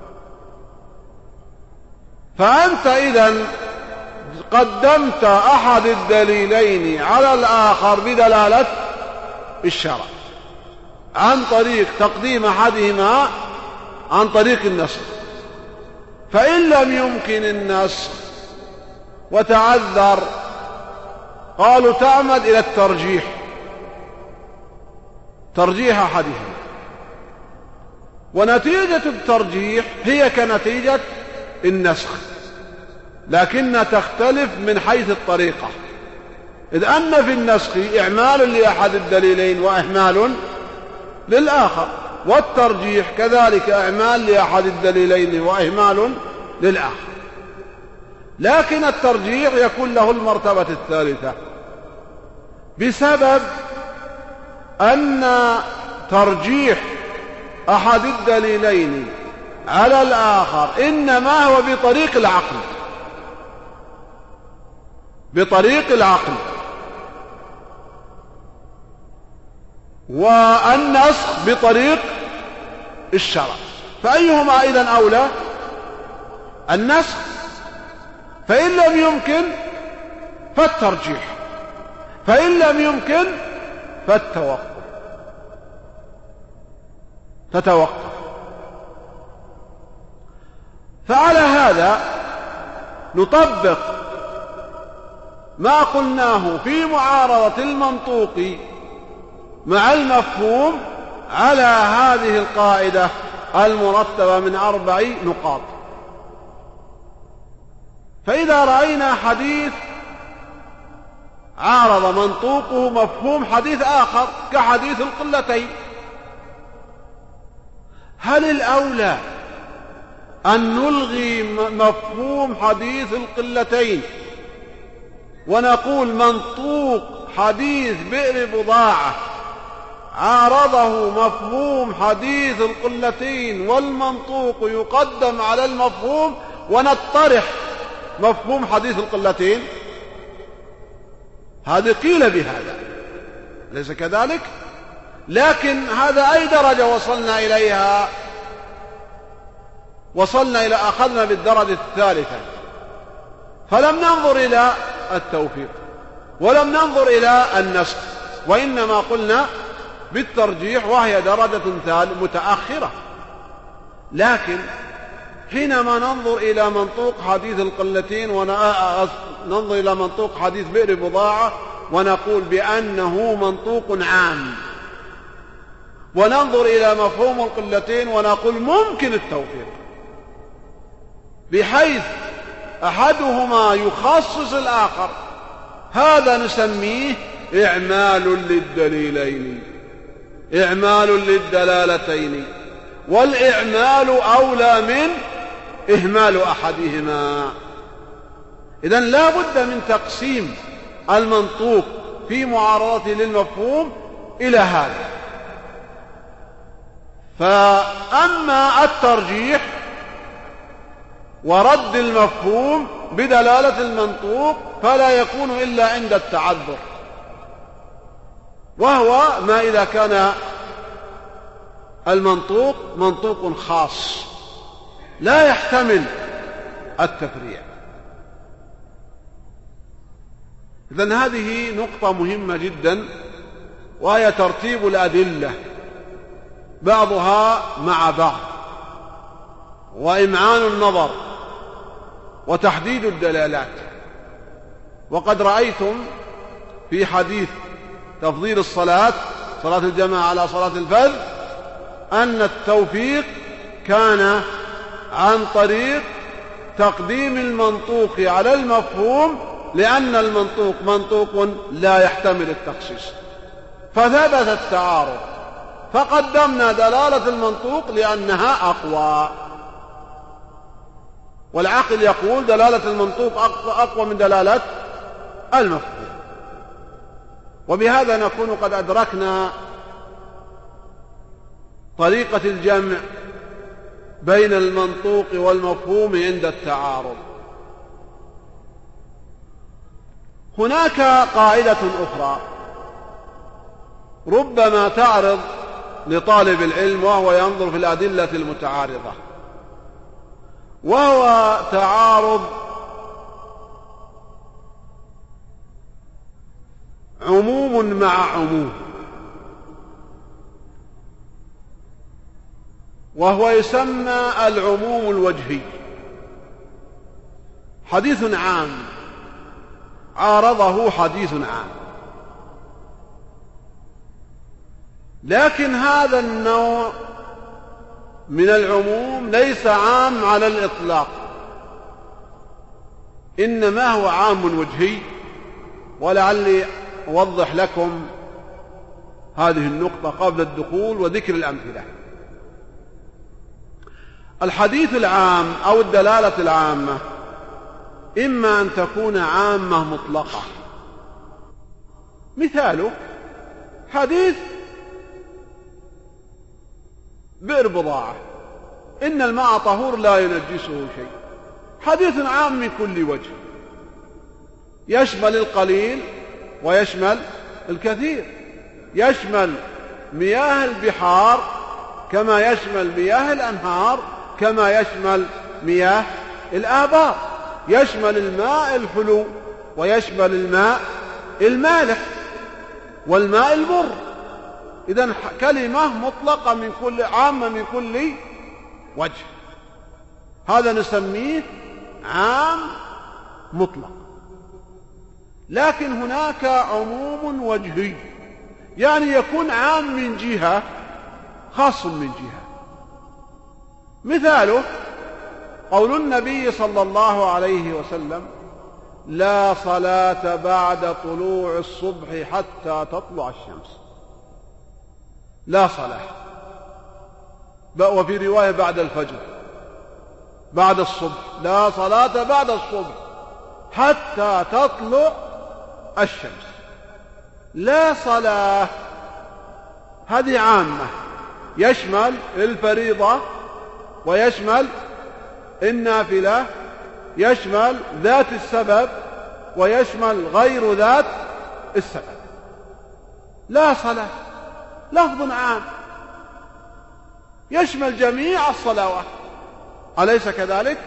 فأنت إذن قدمت أحد الدليلين على الآخر بدلالة الشرع عن طريق تقديم أحدهما عن طريق النسخ. فإن لم يمكن النسخ وتعذر قالوا تعمد إلى الترجيح، ترجيح أحدهما، ونتيجة الترجيح هي كنتيجة النسخ، لكنها تختلف من حيث الطريقة، إذ أن في النسخ إعمال لأحد الدليلين وإهمال للآخر، والترجيح كذلك إعمال لأحد الدليلين وإهمال للآخر. لكن الترجيح يكون له المرتبة الثالثة بسبب أن ترجيح أحد الدليلين على الآخر إنما هو بطريق العقل، بطريق العقل، والنسخ بطريق الشرع. فأيهما إذن أولى؟ النسخ. فإن لم يمكن فالترجيح، فإن لم يمكن فالتوقف، تتوقف. فعلى هذا نطبق ما قلناه في معارضة المنطوق مع المفهوم على هذه القاعدة المرتبة من أربع نقاط. فإذا رأينا حديث عارض منطوقه مفهوم حديث آخر كحديث القلتين، هل الأولى أن نلغي مفهوم حديث القلتين ونقول منطوق حديث بئر بضاعة عارضه مفهوم حديث القلتين والمنطوق يقدم على المفهوم ونطرح مفهوم حديث القلتين؟ هذا قيل بهذا، ليس كذلك؟ لكن هذا أي درجة وصلنا إليها؟ وصلنا إلى أخذنا بالدرجة الثالثة، فلم ننظر إلى التوفيق ولم ننظر إلى النسخ، وإنما قلنا بالترجيح وهي درجة ثالثة متأخرة. لكن حينما ننظر إلى منطوق حديث القلتين وننظر إلى منطوق حديث بئر بضاعة ونقول بأنه منطوق عام، وننظر إلى مفهوم القلتين ونقول ممكن التوفيق بحيث أحدهما يخصص الآخر، هذا نسميه إعمال للدليلين، إعمال للدلالتين، والإعمال أولى من إهمال أحدهما. إذن لا بد من تقسيم المنطوق في معارضته للمفهوم إلى هذا. فأما الترجيح ورد المفهوم بدلالة المنطوق فلا يكون إلا عند التعذر، وهو ما إذا كان المنطوق منطوق خاص لا يحتمل التفريع. إذن هذه نقطة مهمة جدا، وهي ترتيب الأدلة بعضها مع بعض، وإمعان النظر، وتحديد الدلالات. وقد رأيتم في حديث تفضيل الصلاة، صلاة الجماعة على صلاة الفرد، أن التوفيق كان عن طريق تقديم المنطوق على المفهوم، لأن المنطوق منطوق لا يحتمل التخصيص، فثبت التعارض فقدمنا دلالة المنطوق لأنها أقوى. والعقل يقول دلالة المنطوق أقوى من دلالة المفهوم. وبهذا نكون قد أدركنا طريقة الجمع بين المنطوق والمفهوم عند التعارض. هناك قاعدة أخرى ربما تعرض لطالب العلم وهو ينظر في الأدلة المتعارضة، وهو تعارض عموم مع عموم، وهو يسمى العموم الوجهي. حديث عام عارضه حديث عام، لكن هذا النوع من العموم ليس عام على الإطلاق، إنما هو عام وجهي. ولعلي أوضح لكم هذه النقطة قبل الدخول وذكر الأمثلة. الحديث العام أو الدلالة العامة إما أن تكون عامة مطلقة، مثاله حديث بئر بضاعة إن الماء طهور لا ينجسه شيء، حديث عام من كل وجه، يشمل القليل ويشمل الكثير، يشمل مياه البحار كما يشمل مياه الأنهار كما يشمل مياه الآبار، يشمل الماء الحلو ويشمل الماء المالح والماء المر. إذن كلمة مطلقة من كل عامة من كل وجه، هذا نسميه عام مطلق. لكن هناك عموم وجهي، يعني يكون عام من جهة خاص من جهة. مثاله قول النبي صلى الله عليه وسلم لا صلاة بعد طلوع الصبح حتى تطلع الشمس، لا صلاة، وفي رواية بعد الفجر بعد الصبح، لا صلاة بعد الصبح حتى تطلع الشمس. لا صلاة هذه عامة، يشمل الفريضة ويشمل النافلة، يشمل ذات السبب ويشمل غير ذات السبب. لا صلاة لفظ عام يشمل جميع الصلوات، أليس كذلك؟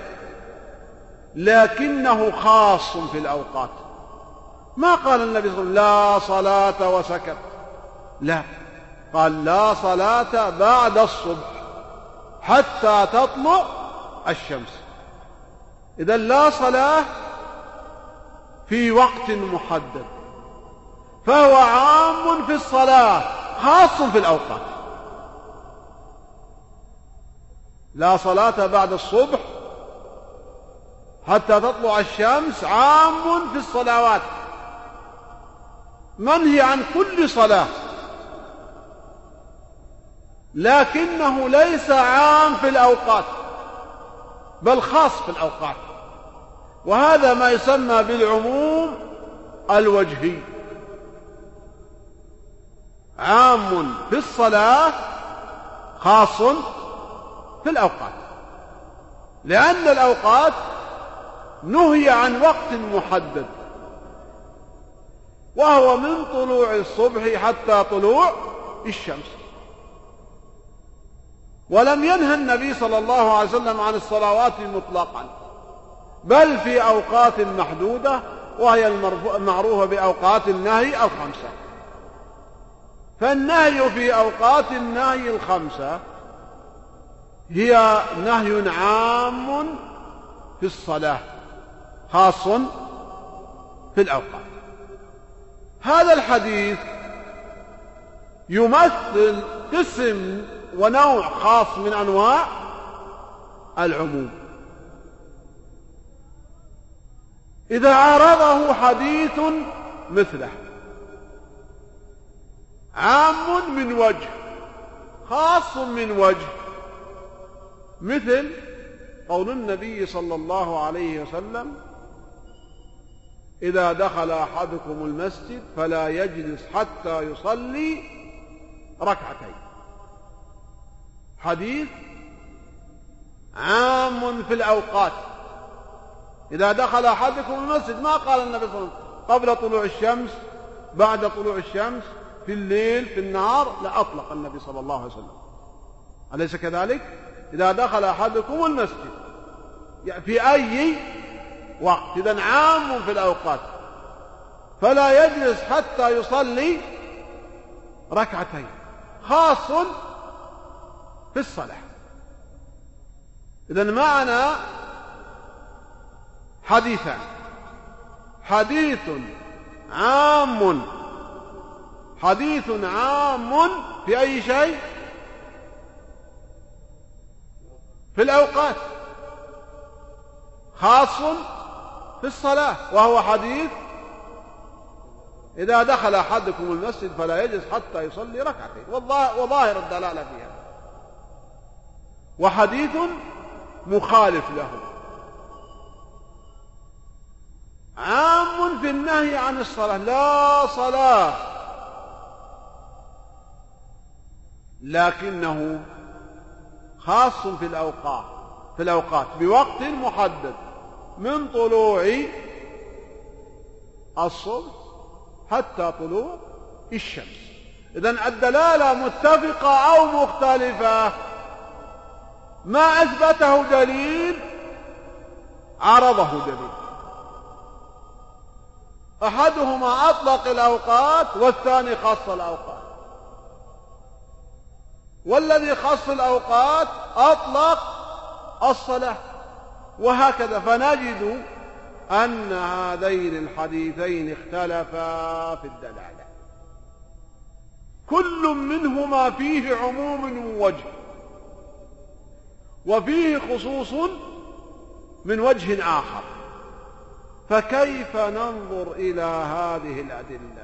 لكنه خاص في الأوقات. ما قال النبي صلى الله عليه وسلم لا صلاة وسكت، لا، قال لا صلاة بعد الصبح حتى تطلع الشمس. إذن لا صلاة في وقت محدد، فهو عام في الصلاة خاص في الأوقات. لا صلاة بعد الصبح حتى تطلع الشمس عام في الصلوات، منهي عن كل صلاة، لكنه ليس عام في الأوقات بل خاص في الأوقات، وهذا ما يسمى بالعموم الوجهي، عام في الصلاة خاص في الأوقات، لأن الأوقات نهي عن وقت محدد، وهو من طلوع الصبح حتى طلوع الشمس. ولم ينهى النبي صلى الله عليه وسلم عن الصلوات مطلقا، بل في أوقات محدودة، وهي المعروفة بأوقات النهي الخمسة. فالنهي في أوقات النهي الخمسة هي نهي عام في الصلاة خاص في الأوقات. هذا الحديث يمثل قسم ونوع خاص من أنواع العموم. إذا عارضه حديث مثله عام من وجه خاص من وجه، مثل قول النبي صلى الله عليه وسلم: إذا دخل أحدكم المسجد فلا يجلس حتى يصلي ركعتين. حديث عام في الأوقات. إذا دخل أحدكم المسجد، ما قال النبي صلى الله عليه وسلم قبل طلوع الشمس، بعد طلوع الشمس، في الليل، في النهار، لا، أطلق النبي صلى الله عليه وسلم. أليس كذلك؟ إذا دخل أحدكم المسجد، يعني في أي وقت، إذن عام في الأوقات. فلا يجلس حتى يصلي ركعتين، خاص في الصلاة. إذن معنا حديثان: حديث عام حديث عام في أي شيء؟ في الأوقات، خاص في الصلاة، وهو حديث: إذا دخل أحدكم المسجد فلا يجلس حتى يصلي ركعتين، وظاهر الدلالة فيها. وحديث مخالف له عام في النهي عن الصلاة: لا صلاة، لكنه خاص في الأوقات في الأوقات بوقت محدد، من طلوع الصبح حتى طلوع الشمس. إذن الدلالة متفقة أو مختلفة؟ ما أثبته دليل عرضه دليل. أحدهما أطلق الأوقات والثاني خص الأوقات، والذي خص الأوقات أطلق الصلاة، وهكذا. فنجد أن هذين الحديثين اختلفا في الدلالة، كل منهما فيه عموم من وجه، وفيه خصوص من وجه آخر. فكيف ننظر إلى هذه الأدلة؟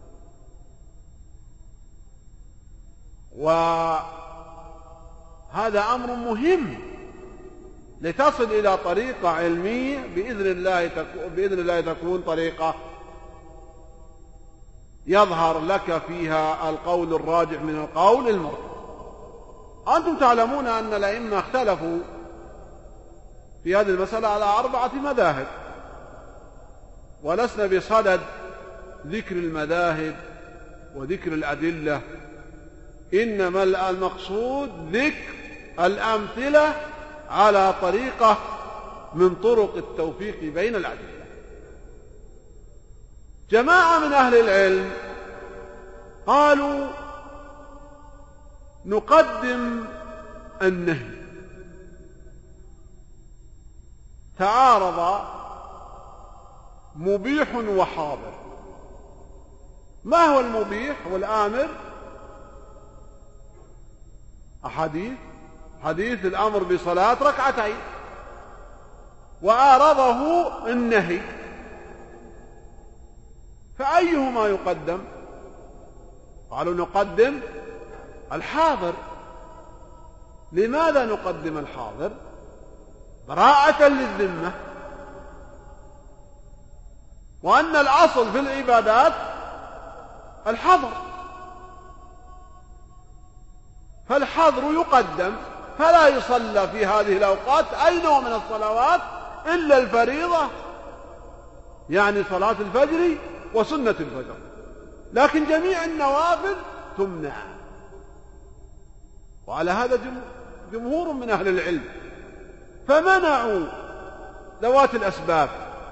وهذا أمر مهم لتصل إلى طريقة علمية بإذن الله تكون, بإذن الله تكون طريقة يظهر لك فيها القول الراجح من القول المرجح. أنتم تعلمون أن الأئمة اختلفوا في هذه المسألة على أربعة مذاهب، ولسنا بصدد ذكر المذاهب وذكر الأدلة، إنما المقصود ذكر الأمثلة على طريقة من طرق التوفيق بين الأدلة. جماعة من أهل العلم قالوا نقدم النهي. تعارض مبيح وحاضر. ما هو المبيح والآمر؟ أحاديث حديث الأمر بصلاة ركعتين، وعارضه النهي، فأيهما يقدم؟ قالوا نقدم الحاضر. لماذا نقدم الحاضر؟ براءة للذمة، وأن الأصل في العبادات الحظر، فالحظر يقدم، فلا يصلى في هذه الأوقات أي نوع من الصلوات إلا الفريضة، يعني صلاة الفجر وسنة الفجر، لكن جميع النوافل تمنع. وعلى هذا جمهور من أهل العلم، فمنعوا ذوات الأسباب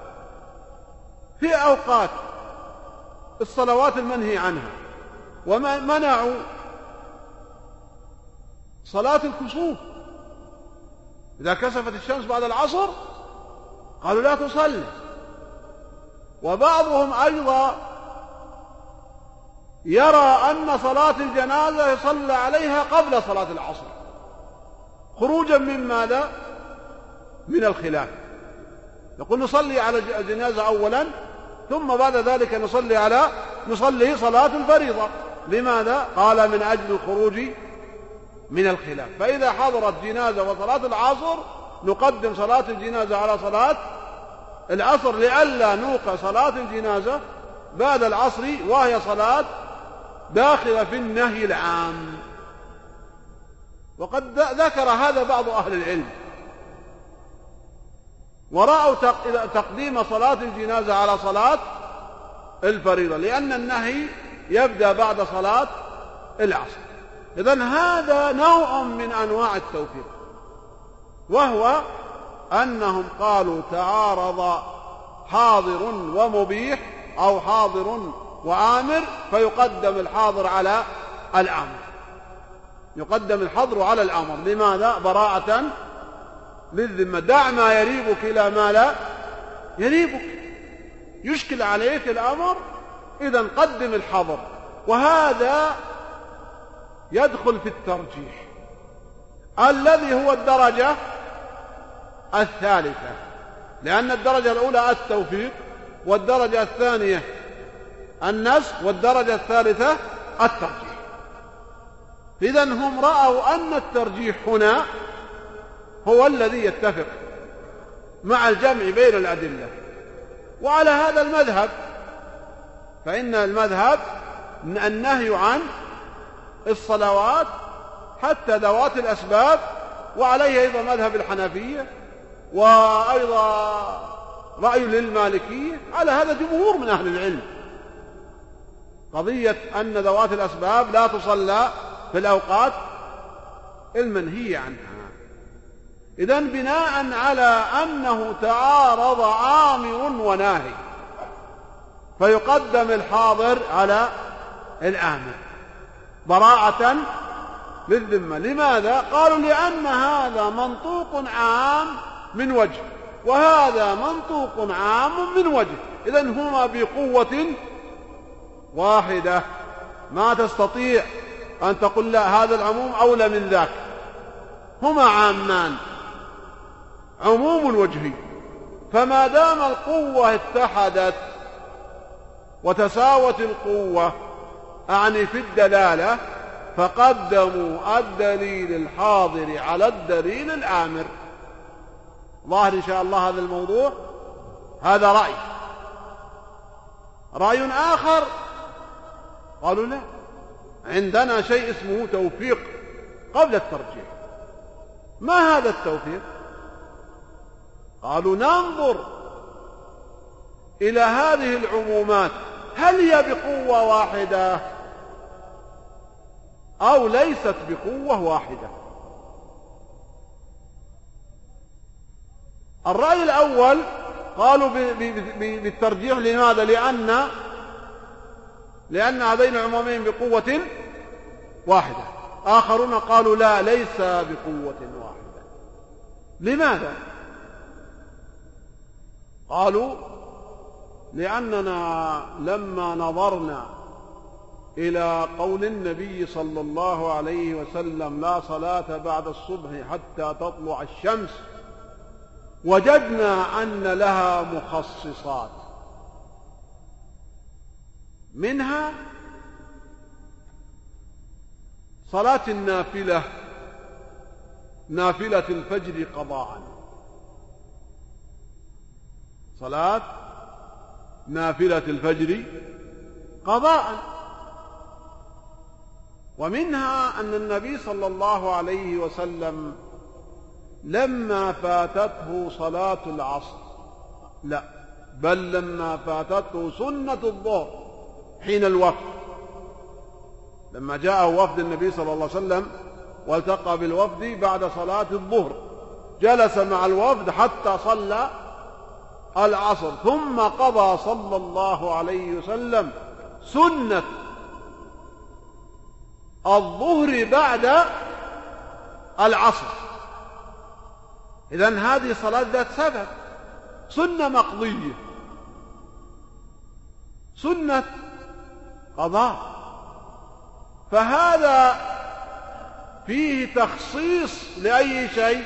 في أوقات الصلوات المنهي عنها، ومنعوا صلاة الكسوف. إذا كسفت الشمس بعد العصر قالوا لا تصلي. وبعضهم أيضا يرى أن صلاة الجنازة يصلى عليها قبل صلاة العصر، خروجا من ماذا؟ من الخلاف. يقول نصلي على الجنازة أولا ثم بعد ذلك نصلي على نصلي صلاة الفريضة. لماذا؟ قال من أجل الخروج من الخلاف. فإذا حضرت جنازة وصلاة العصر نقدم صلاة الجنازة على صلاة العصر، لئلا نوقع صلاة الجنازة بعد العصر وهي صلاة داخلة في النهي العام. وقد ذكر هذا بعض أهل العلم، ورأوا تقديم صلاة الجنازة على صلاة الفريضة، لأن النهي يبدأ بعد صلاة العصر. إذن هذا نوع من أنواع التوفيق، وهو أنهم قالوا تعارض حاضر ومبيح أو حاضر وآمر، فيقدم الحاضر على الآمر، يقدم الحظر على الآمر. لماذا؟ براءة للذمة. دع ما يريبك إلى ما لا يريبك، يشكل عليك الأمر، إذن قدم الحظر. وهذا يدخل في الترجيح الذي هو الدرجة الثالثة، لأن الدرجة الأولى التوفيق، والدرجة الثانية النسخ، والدرجة الثالثة الترجيح. إذن هم رأوا أن الترجيح هنا هو الذي يتفق مع الجمع بين الأدلة. وعلى هذا المذهب، فإن المذهب النهي عن الصلوات حتى ذوات الأسباب، وعليه أيضا مذهب الحنفية، وأيضا رأي للمالكية، على هذا جمهور من أهل العلم، قضية أن ذوات الأسباب لا تصلى في الأوقات المنهي عنها. إذن بناء على أنه تعارض آمر وناهي فيقدم الحاضر على الآمر براءة للذمة. لماذا؟ قالوا لأن هذا منطوق عام من وجه، وهذا منطوق عام من وجه، إذن هما بقوة واحدة، ما تستطيع أن تقول لا هذا العموم أولى من ذاك، هما عامان عموم وجهي. فما دام القوة اتحدت وتساوت القوة أعني في الدلالة، فقدموا الدليل الحاضر على الدليل الآمر. ظاهر إن شاء الله هذا الموضوع. هذا رأي. رأي آخر قالوا لا، عندنا شيء اسمه توفيق قبل الترجيح. ما هذا التوفيق؟ قالوا ننظر إلى هذه العمومات، هل هي بقوة واحدة أو ليست بقوة واحدة؟ الرأي الأول قالوا بالترجيح. لماذا؟ لأن لأن هذين العمومين بقوة واحدة. آخرون قالوا لا، ليس بقوة واحدة. لماذا؟ قالوا لأننا لما نظرنا إلى قول النبي صلى الله عليه وسلم لا صلاة بعد الصبح حتى تطلع الشمس، وجدنا أن لها مخصصات، منها صلاة النافلة، نافلة الفجر قضاء، صلاة نافلة الفجر قضاء. ومنها أن النبي صلى الله عليه وسلم لما فاتته صلاة العصر، لا بل لما فاتته سنة الظهر حين الوفد، لما جاءه وفد النبي صلى الله عليه وسلم والتقى بالوفد بعد صلاة الظهر، جلس مع الوفد حتى صلى العصر، ثم قضى صلى الله عليه وسلم سنة الظهر بعد العصر. إذن هذه صلاة ذات سبب، سنة مقضية، سنة قضاء. فهذا فيه تخصيص لأي شيء؟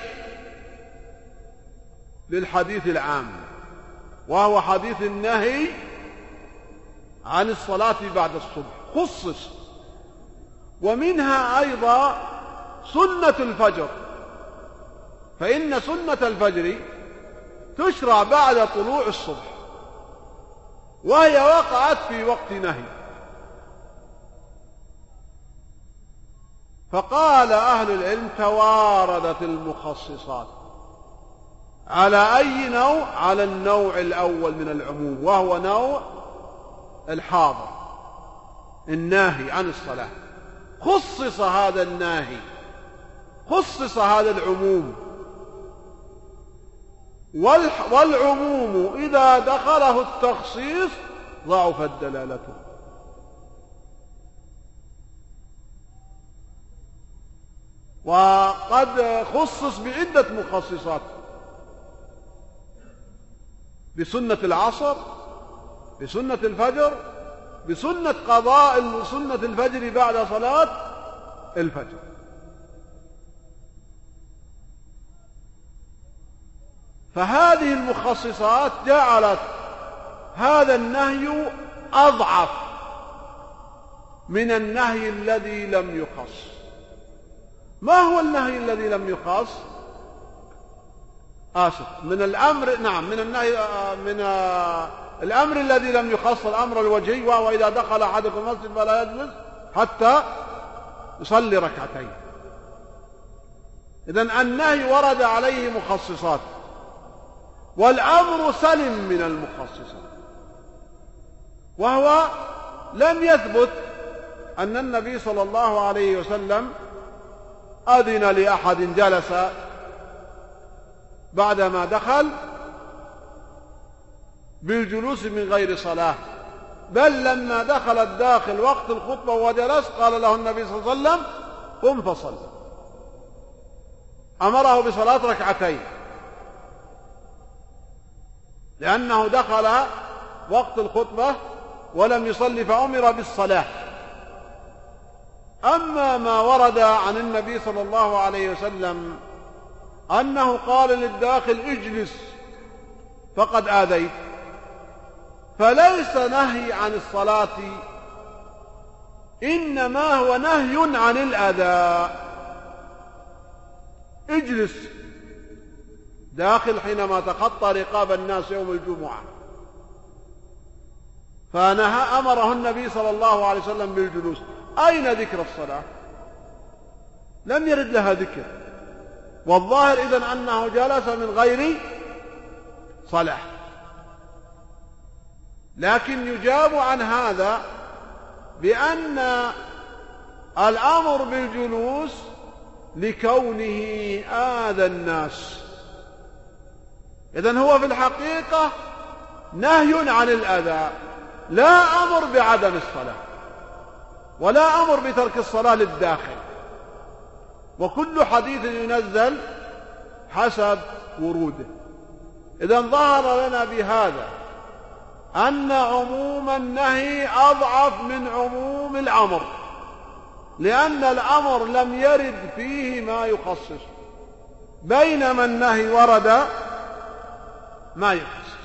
للحديث العام، وهو حديث النهي عن الصلاة بعد الصبح، خصص. ومنها أيضا سنة الفجر، فإن سنة الفجر تشرع بعد طلوع الصبح، وهي وقعت في وقت نهي. فقال أهل العلم تواردت المخصصات على أي نوع؟ على النوع الأول من العموم، وهو نوع الحاضر، الناهي عن الصلاة. خصص هذا الناهي، خصص هذا العموم. والعموم إذا دخله التخصيص ضعفت دلالته. وقد خصص بعدة مخصصات: بسنة العصر، بسنة الفجر، بسنة قضاء سنة الفجر بعد صلاة الفجر. فهذه المخصصات جعلت هذا النهي أضعف من النهي الذي لم يخص. ما هو النهي الذي لم يخص؟ آسف، من الأمر، نعم، من النهي، من الأمر الذي لم يخص، الأمر الوجهي، وهو إذا دخل أحدكم المسجد فلا يجلس حتى يصلي ركعتين. إذن النهي ورد عليه مخصصات، والأمر سلم من المخصصات. وهو لم يثبت أن النبي صلى الله عليه وسلم أذن لأحد جلس بعدما دخل بالجلوس من غير صلاة، بل لما دخل الداخل وقت الخطبة وجلس قال له النبي صلى الله عليه وسلم: قم فصل. أمره بصلاة ركعتين لأنه دخل وقت الخطبة ولم يصلي فأمر بالصلاة. أما ما ورد عن النبي صلى الله عليه وسلم أنه قال للداخل: اجلس فقد آذيت، فليس نهي عن الصلاة، إنما هو نهي عن الأذى. اجلس داخل حينما تخطى رقاب الناس يوم الجمعة، فنهى أمره النبي صلى الله عليه وسلم بالجلوس. أين ذكر الصلاة؟ لم يرد لها ذكر، والظاهر إذن أنه جلس من غير صلاة. لكن يجاب عن هذا بأن الأمر بالجلوس لكونه آذى الناس. إذن هو في الحقيقة نهي عن الأذى، لا أمر بعدم الصلاة، ولا أمر بترك الصلاة للداخل. وكل حديث ينزل حسب وروده. إذن ظهر لنا بهذا أن عموم النهي أضعف من عموم الأمر، لأن الأمر لم يرد فيه ما يخصص، بينما النهي ورد ما يخصص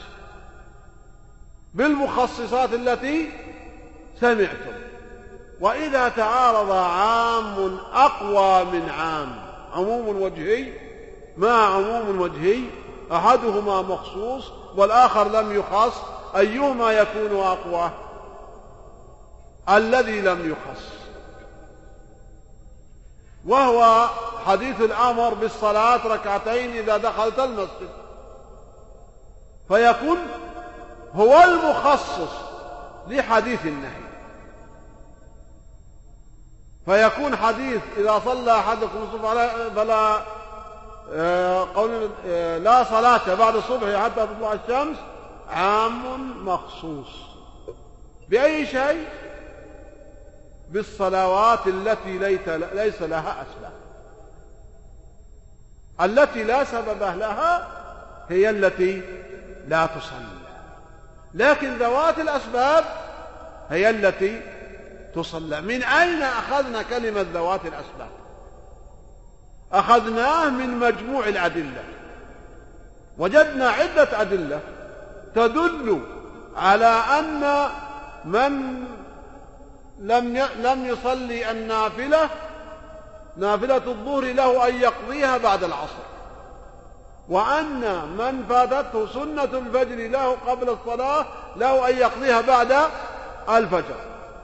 بالمخصصات التي سمعتم. وإذا تعارض عام أقوى من عام، عموم وجهي مع عموم وجهي، أحدهما مخصوص والآخر لم يخص، أيهما يكون أقوى؟ الذي لم يخص، وهو حديث الأمر بالصلاة ركعتين إذا دخلت المسجد، فيكون هو المخصص لحديث النهي. فيكون حديث إذا صلى أحدكم الصبح فلا قول لا صلاة بعد الصبح حتى تطلع الشمس عام مخصوص. بأي شيء؟ بالصلوات التي ليس لها أسباب. التي لا سبب لها هي التي لا تصلى، لكن ذوات الأسباب هي التي تصلى. من أين أخذنا كلمة ذوات الأسباب؟ أخذناه من مجموع الأدلة، وجدنا عدة أدلة تدل على أن من لم لم يصلي النافلة نافلة الظهر له أن يقضيها بعد العصر، وأن من فاتته سنة الفجر له قبل الصلاة له أن يقضيها بعد الفجر.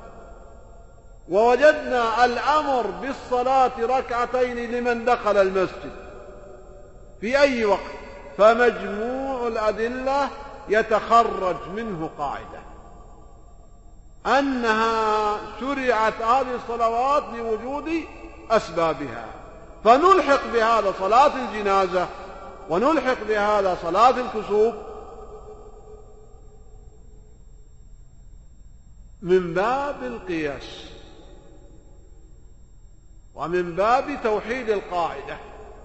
ووجدنا الأمر بالصلاة ركعتين لمن دخل المسجد في أي وقت. فمجموع الأدلة يتخرج منه قاعدة أنها شرعت هذه الصلوات لوجود أسبابها، فنلحق بهذا صلاة الجنازة ونلحق بهذا صلاة الكسوف من باب القياس ومن باب توحيد القاعدة.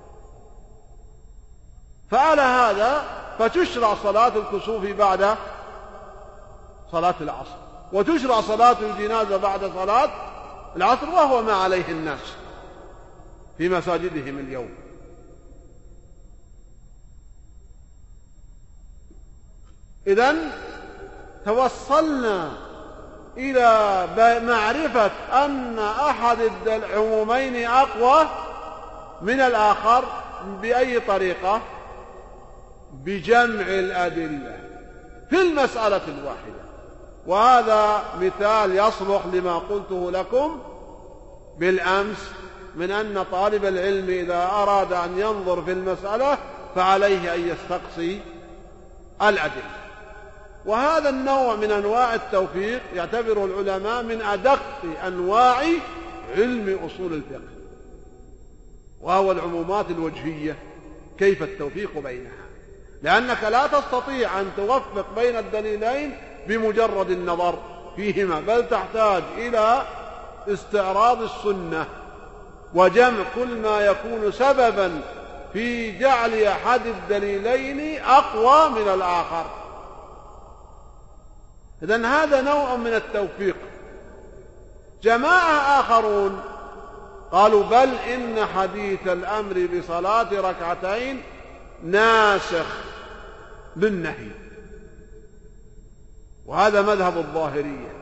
فعلى هذا فتشرع صلاة الكسوف بعد صلاة العصر، وتشرع صلاة الجنازة بعد صلاة العصر، وهو ما عليه الناس في مساجدهم اليوم. إذن توصلنا إلى معرفة أن أحد العمومين أقوى من الآخر بأي طريقة؟ بجمع الأدلة في المسألة الواحدة. وهذا مثال يصلح لما قلته لكم بالأمس من أن طالب العلم إذا أراد أن ينظر في المسألة فعليه أن يستقصي الأدلة. وهذا النوع من أنواع التوفيق يعتبره العلماء من أدق أنواع علم أصول الفقه، وهو العمومات الوجهية، كيف التوفيق بينها، لأنك لا تستطيع أن توفق بين الدليلين بمجرد النظر فيهما، بل تحتاج إلى استعراض السنة وجمع كل ما يكون سببا في جعل أحد الدليلين أقوى من الآخر. إذن هذا نوع من التوفيق. جماعة آخرون قالوا بل إن حديث الأمر بصلاة ركعتين ناسخ للنهي، وهذا مذهب الظاهرية.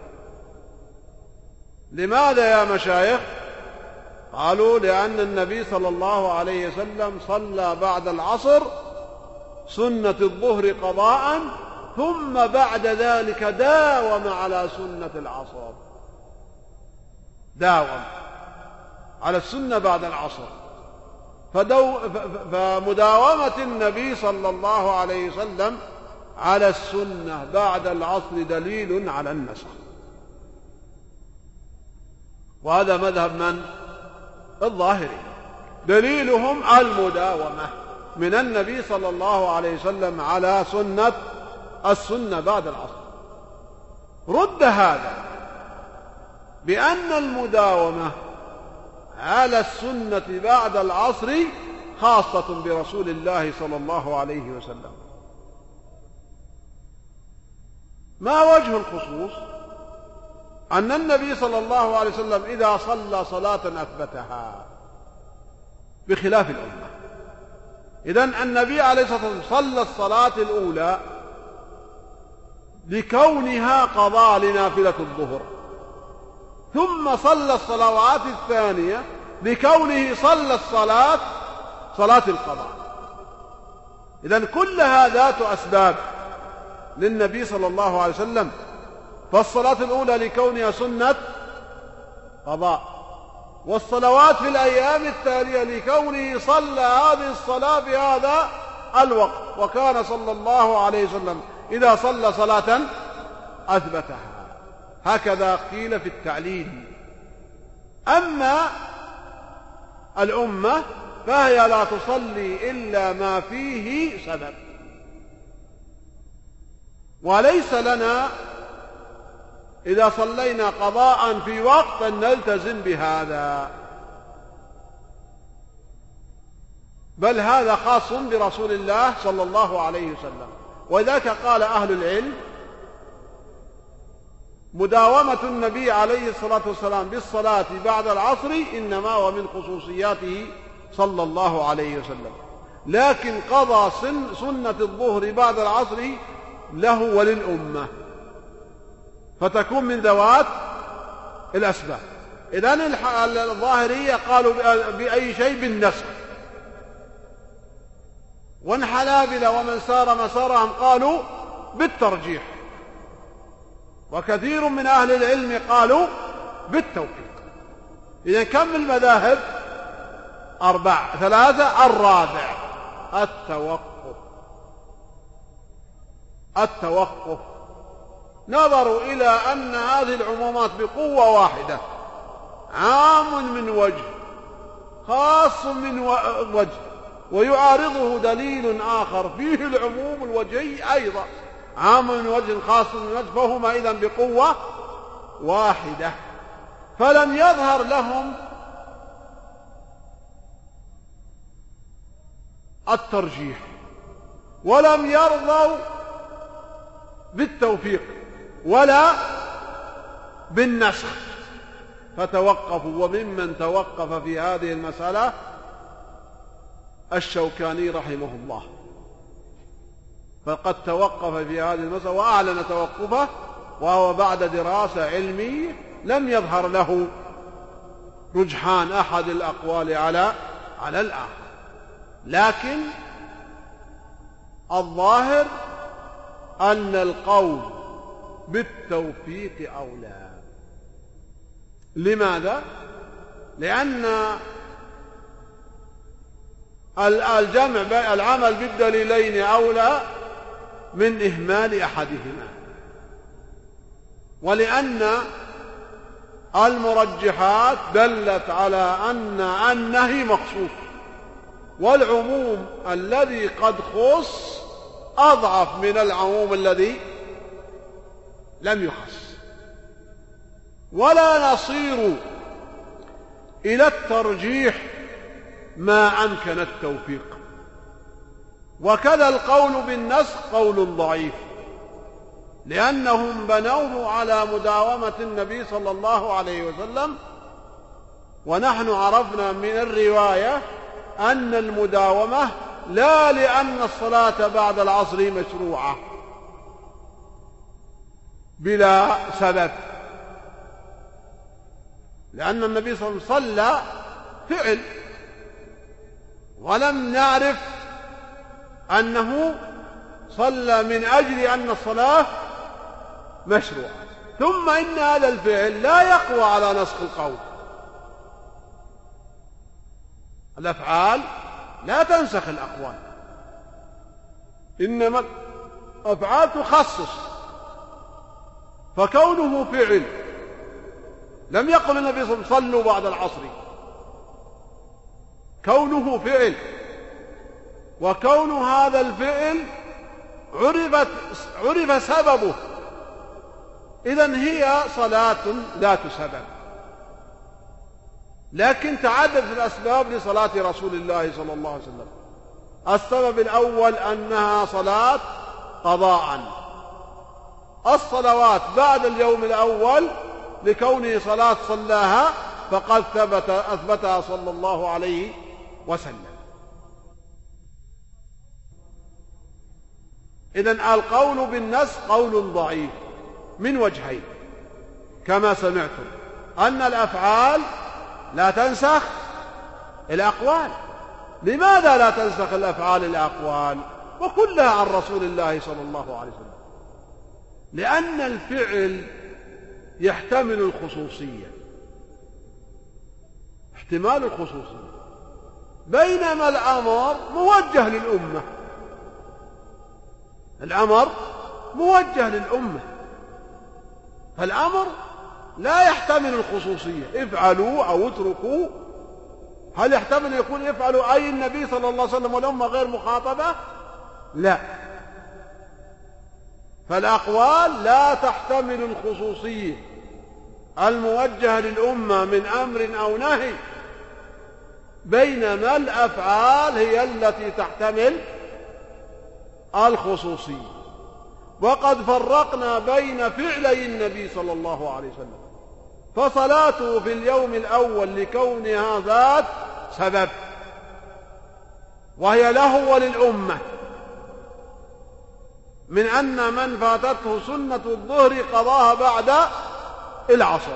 لماذا يا مشايخ؟ قالوا لأن النبي صلى الله عليه وسلم صلى بعد العصر سنة الظهر قضاء، ثم بعد ذلك داوم على سنة العصر، داوم على السنة بعد العصر. فدو فمداومة النبي صلى الله عليه وسلم على السنة بعد العصر دليل على النسخ، وهذا مذهب من؟ الظاهري. دليلهم المداومة من النبي صلى الله عليه وسلم على سنة السنة بعد العصر. رد هذا بأن المداومة على السنة بعد العصر خاصة برسول الله صلى الله عليه وسلم. ما وجه الخصوص؟ أن النبي صلى الله عليه وسلم إذا صلى صلاة أثبتها بخلاف الأمة. إذن النبي عليه الصلاة والسلام صلى الصلاة الأولى لكونها قضاء لنافلة الظهر، ثم صلى الصلوات الثانية لكونه صلى الصلاة صلاة القضاء. إذن كلها ذات أسباب للنبي صلى الله عليه وسلم. فالصلاة الأولى لكونها سنة قضاء، والصلوات في الأيام التالية لكونه صلى هذه الصلاة بهذا الوقت، وكان صلى الله عليه وسلم إذا صلى صلاة أثبتها. هكذا قيل في التعليل. أما الأمة فهي لا تصلي إلا ما فيه سبب، وليس لنا إذا صلينا قضاء في وقت أن نلتزم بهذا، بل هذا خاص برسول الله صلى الله عليه وسلم. وذاك قال أهل العلم مداومة النبي عليه الصلاة والسلام بالصلاة بعد العصر إنما هو من خصوصياته صلى الله عليه وسلم، لكن قضى سنة الظهر بعد العصر له وللأمة، فتكون من ذوات الأسباب. إذن الظاهرية قالوا بأي شيء بالنسخ، والحنابلة ومن سار مسارهم قالوا بالترجيح، وكثير من أهل العلم قالوا بالتوفيق. إذن كم المذاهب؟ أربعة. ثلاثة. الرابع التوقف. التوقف نظروا إلى أن هذه العمومات بقوة واحدة، عام من وجه خاص من وجه، ويعارضه دليل آخر فيه العموم الوجهي أيضا، عام من وجه خاص من وجه، فهما إذن بقوة واحدة. فلم يظهر لهم الترجيح، ولم يرضوا بالتوفيق ولا بالنسخ، فتوقفوا. وممن توقف في هذه المسألة الشوكاني رحمه الله، فقد توقف في هذه المسألة وأعلن توقفه، وهو بعد دراسة علمية لم يظهر له رجحان أحد الأقوال على على الآخر. لكن الظاهر أن القول بالتوفيق أولى. لماذا؟ لأن الجمع العمل بالدليلين أولى من إهمال أحدهما، ولأن المرجحات دلت على أن النهي مخصوص، والعموم الذي قد خص أضعف من العموم الذي لم يخص. ولا نصير إلى الترجيح ما أمكن التوفيق. وكذا القول بالنسخ قول ضعيف، لأنهم بنوه على مداومة النبي صلى الله عليه وسلم، ونحن عرفنا من الرواية أن المداومة لا لأن الصلاة بعد العصر مشروعة بلا سبب، لأن النبي صلى الله عليه وسلم صلى فعل، ولم نعرف أنه صلى من أجل أن الصلاة مشروعة. ثم إن هذا الفعل لا يقوى على نسخ القول. الأفعال لا تنسخ الأقوال، إنما الأفعال تخصص. فكونه فعل، لم يقل النبي صلى الله عليه وسلم صلوا بعد العصر، كونه فعل، وكون هذا الفعل عرفت عرف سببه، إذن هي صلاة ذات سبب. لكن تعددت الأسباب لصلاة رسول الله صلى الله عليه وسلم. السبب الأول أنها صلاة قضاء، الصلوات بعد اليوم الأول لكونه صلاة صلاها فقد ثبت أثبتها صلى الله عليه وسلم. إذن القول بالنسخ قول ضعيف من وجهين، كما سمعتم أن الأفعال لا تنسخ الأقوال. لماذا لا تنسخ الأفعال الأقوال وكلها عن رسول الله صلى الله عليه وسلم؟ لأن الفعل يحتمل الخصوصية، احتمال الخصوصية، بينما الأمر موجه للأمة. الأمر موجه للأمة، فالأمر لا يحتمل الخصوصية، افعلوا أو اتركوا. هل يحتمل يكون افعلوا أي النبي صلى الله عليه وسلم والأمة غير مخاطبة؟ لا. فالأقوال لا تحتمل الخصوصية الموجهة للأمة من أمر أو نهي، بينما الأفعال هي التي تحتمل الخصوصية. وقد فرقنا بين فعلي النبي صلى الله عليه وسلم، فصلاته في اليوم الأول لكونها ذات سبب وهي له وللأمة، من أن من فاتته سنة الظهر قضاها بعد العصر.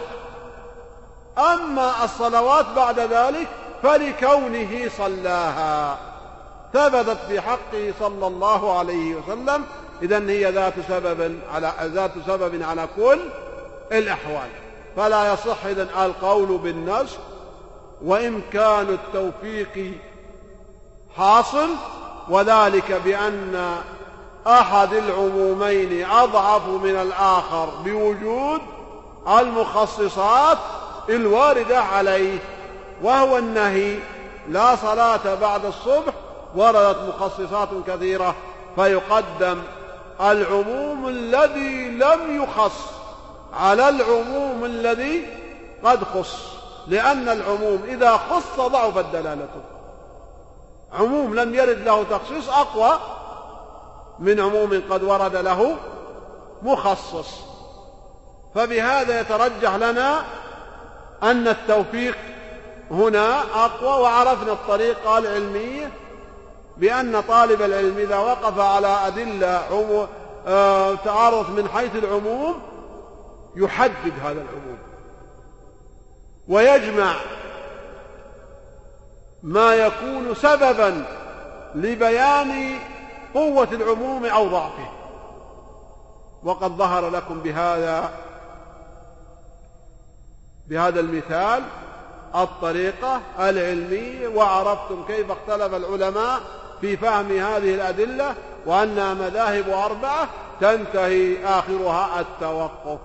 أما الصلوات بعد ذلك فلكونه صلاها ثبتت في حقه صلى الله عليه وسلم، إذن هي ذات سبب على ذات سبب على كل الأحوال، فلا يصح إذن القول بالنسخ، وإمكان التوفيق حاصل، وذلك بأن أحد العمومين أضعف من الآخر بوجود المخصصات الواردة عليه، وهو النهي لا صلاة بعد الصبح. وردت مخصصات كثيرة، فيقدم العموم الذي لم يخص على العموم الذي قد خص، لأن العموم إذا خص ضعفت دلالته. عموم لم يرد له تخصيص أقوى من عموم قد ورد له مخصص، فبهذا يترجح لنا أن التوفيق هنا أقوى. وعرفنا الطريقة العلمية بأن طالب العلم إذا وقف على أدلة تعارض من حيث العموم يحدد هذا العموم ويجمع ما يكون سببا لبيان قوة العموم أو ضعفه. وقد ظهر لكم بهذا بهذا المثال الطريقة العلمية، وعرفتم كيف اختلف العلماء في فهم هذه الأدلة، وأنها مذاهب أربعة تنتهي آخرها التوقف.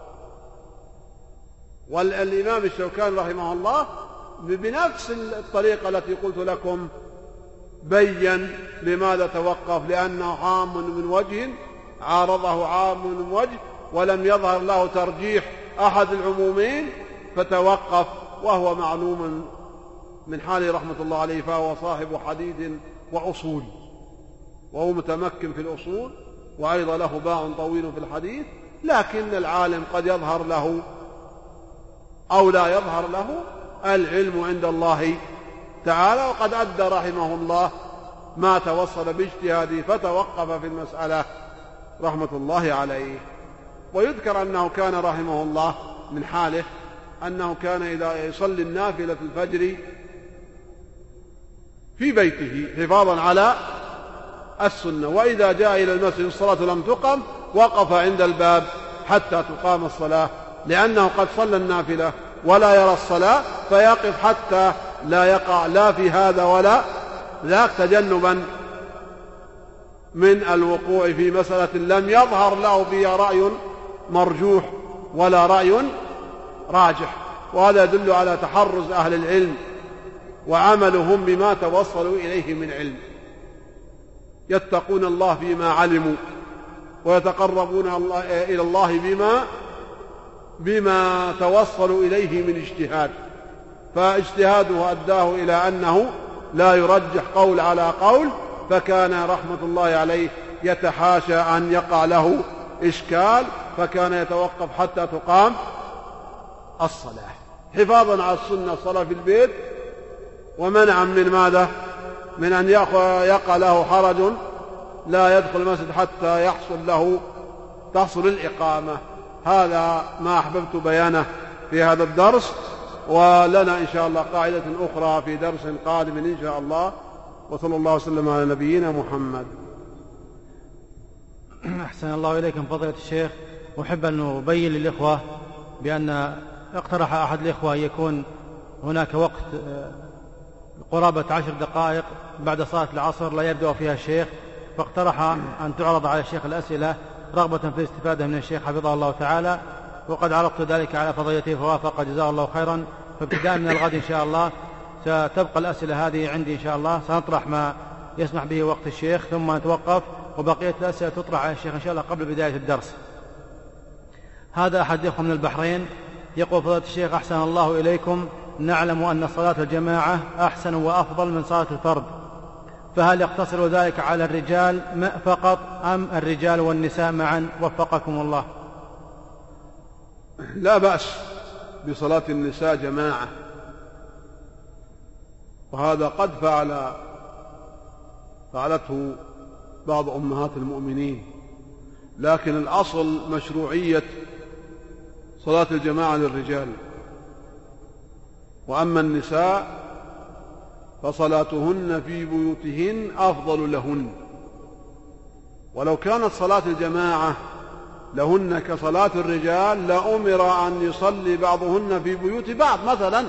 والإمام الشوكاني رحمه الله بنفس الطريقة التي قلت لكم بين لماذا توقف، لأنه عام من وجه عارضه عام من وجه، ولم يظهر له ترجيح أحد العمومين فتوقف، وهو معلوم من حاله رحمة الله عليه، فهو صاحب حديث وأصول، وهو متمكن في الأصول، وأيضا له باع طويل في الحديث. لكن العالم قد يظهر له أو لا يظهر له العلم عند الله تعالى، وقد أدى رحمه الله ما توصل باجتهاده فتوقف في المسألة رحمة الله عليه. ويذكر أنه كان رحمه الله من حاله أنه كان إذا يصلي النافلة الفجر في بيته حفاظا على السنة، وإذا جاء إلى المسجد الصلاة لم تقم وقف عند الباب حتى تقام الصلاة، لأنه قد صلى النافلة ولا يرى الصلاة، فيقف حتى لا يقع لا في هذا ولا ذاك، تجنبا من الوقوع في مسألة لم يظهر له فيها رأي مرجوح ولا رأي راجح. وهذا يدل على تحرز أهل العلم وعملهم بما توصلوا إليه من علم، يتقون الله فيما علموا ويتقربون إلى الله بما بما توصلوا إليه من اجتهاد، فاجتهاده أداه إلى أنه لا يرجح قول على قول، فكان رحمة الله عليه يتحاشى أن يقع له إشكال، فكان يتوقف حتى تقام الصلاة حفاظا على السنة، الصلاة في البيت، ومنعا من ماذا؟ من أن يقع له حرج لا يدخل المسجد حتى يحصل له تحصل الإقامة. هذا ما أحببت بيانه في هذا الدرس، ولنا إن شاء الله قاعدة أخرى في درس قادم إن شاء الله. وصلى الله وسلم على نبينا محمد. أحسن الله إليكم فضيلة الشيخ. أحب أن أبين للإخوة بأن اقترح أحد الإخوة أن يكون هناك وقت قرابة عشر دقائق بعد صلاة العصر لا يبدأ فيها الشيخ، فاقترح أن تعرض على الشيخ الأسئلة رغبة في الاستفادة من الشيخ حفظه الله تعالى، وقد عرضت ذلك على فضيلته فوافق جزاه الله خيرا. فابتداء من الغد إن شاء الله ستبقى الأسئلة هذه عندي إن شاء الله، سنطرح ما يسمح به وقت الشيخ ثم نتوقف، وبقية الأسئلة تطرح على الشيخ إن شاء الله قبل بداية الدرس. هذا أحد الإخوة من البحرين يقول: فضيلة الشيخ أحسن الله إليكم، نعلم أن صلاة الجماعة أحسن وأفضل من صلاة الفرد، فهل يقتصر ذلك على الرجال فقط أم الرجال والنساء معا؟ وفقكم الله. لا بأس بصلاة النساء جماعة، وهذا قد فعل فعلته بعض أمهات المؤمنين، لكن الأصل مشروعية صلاة الجماعة للرجال، وأما النساء فصلاتهن في بيوتهن أفضل لهن. ولو كانت صلاة الجماعة لهن كصلاة الرجال لأمر أن يصلي بعضهن في بيوت بعض مثلا،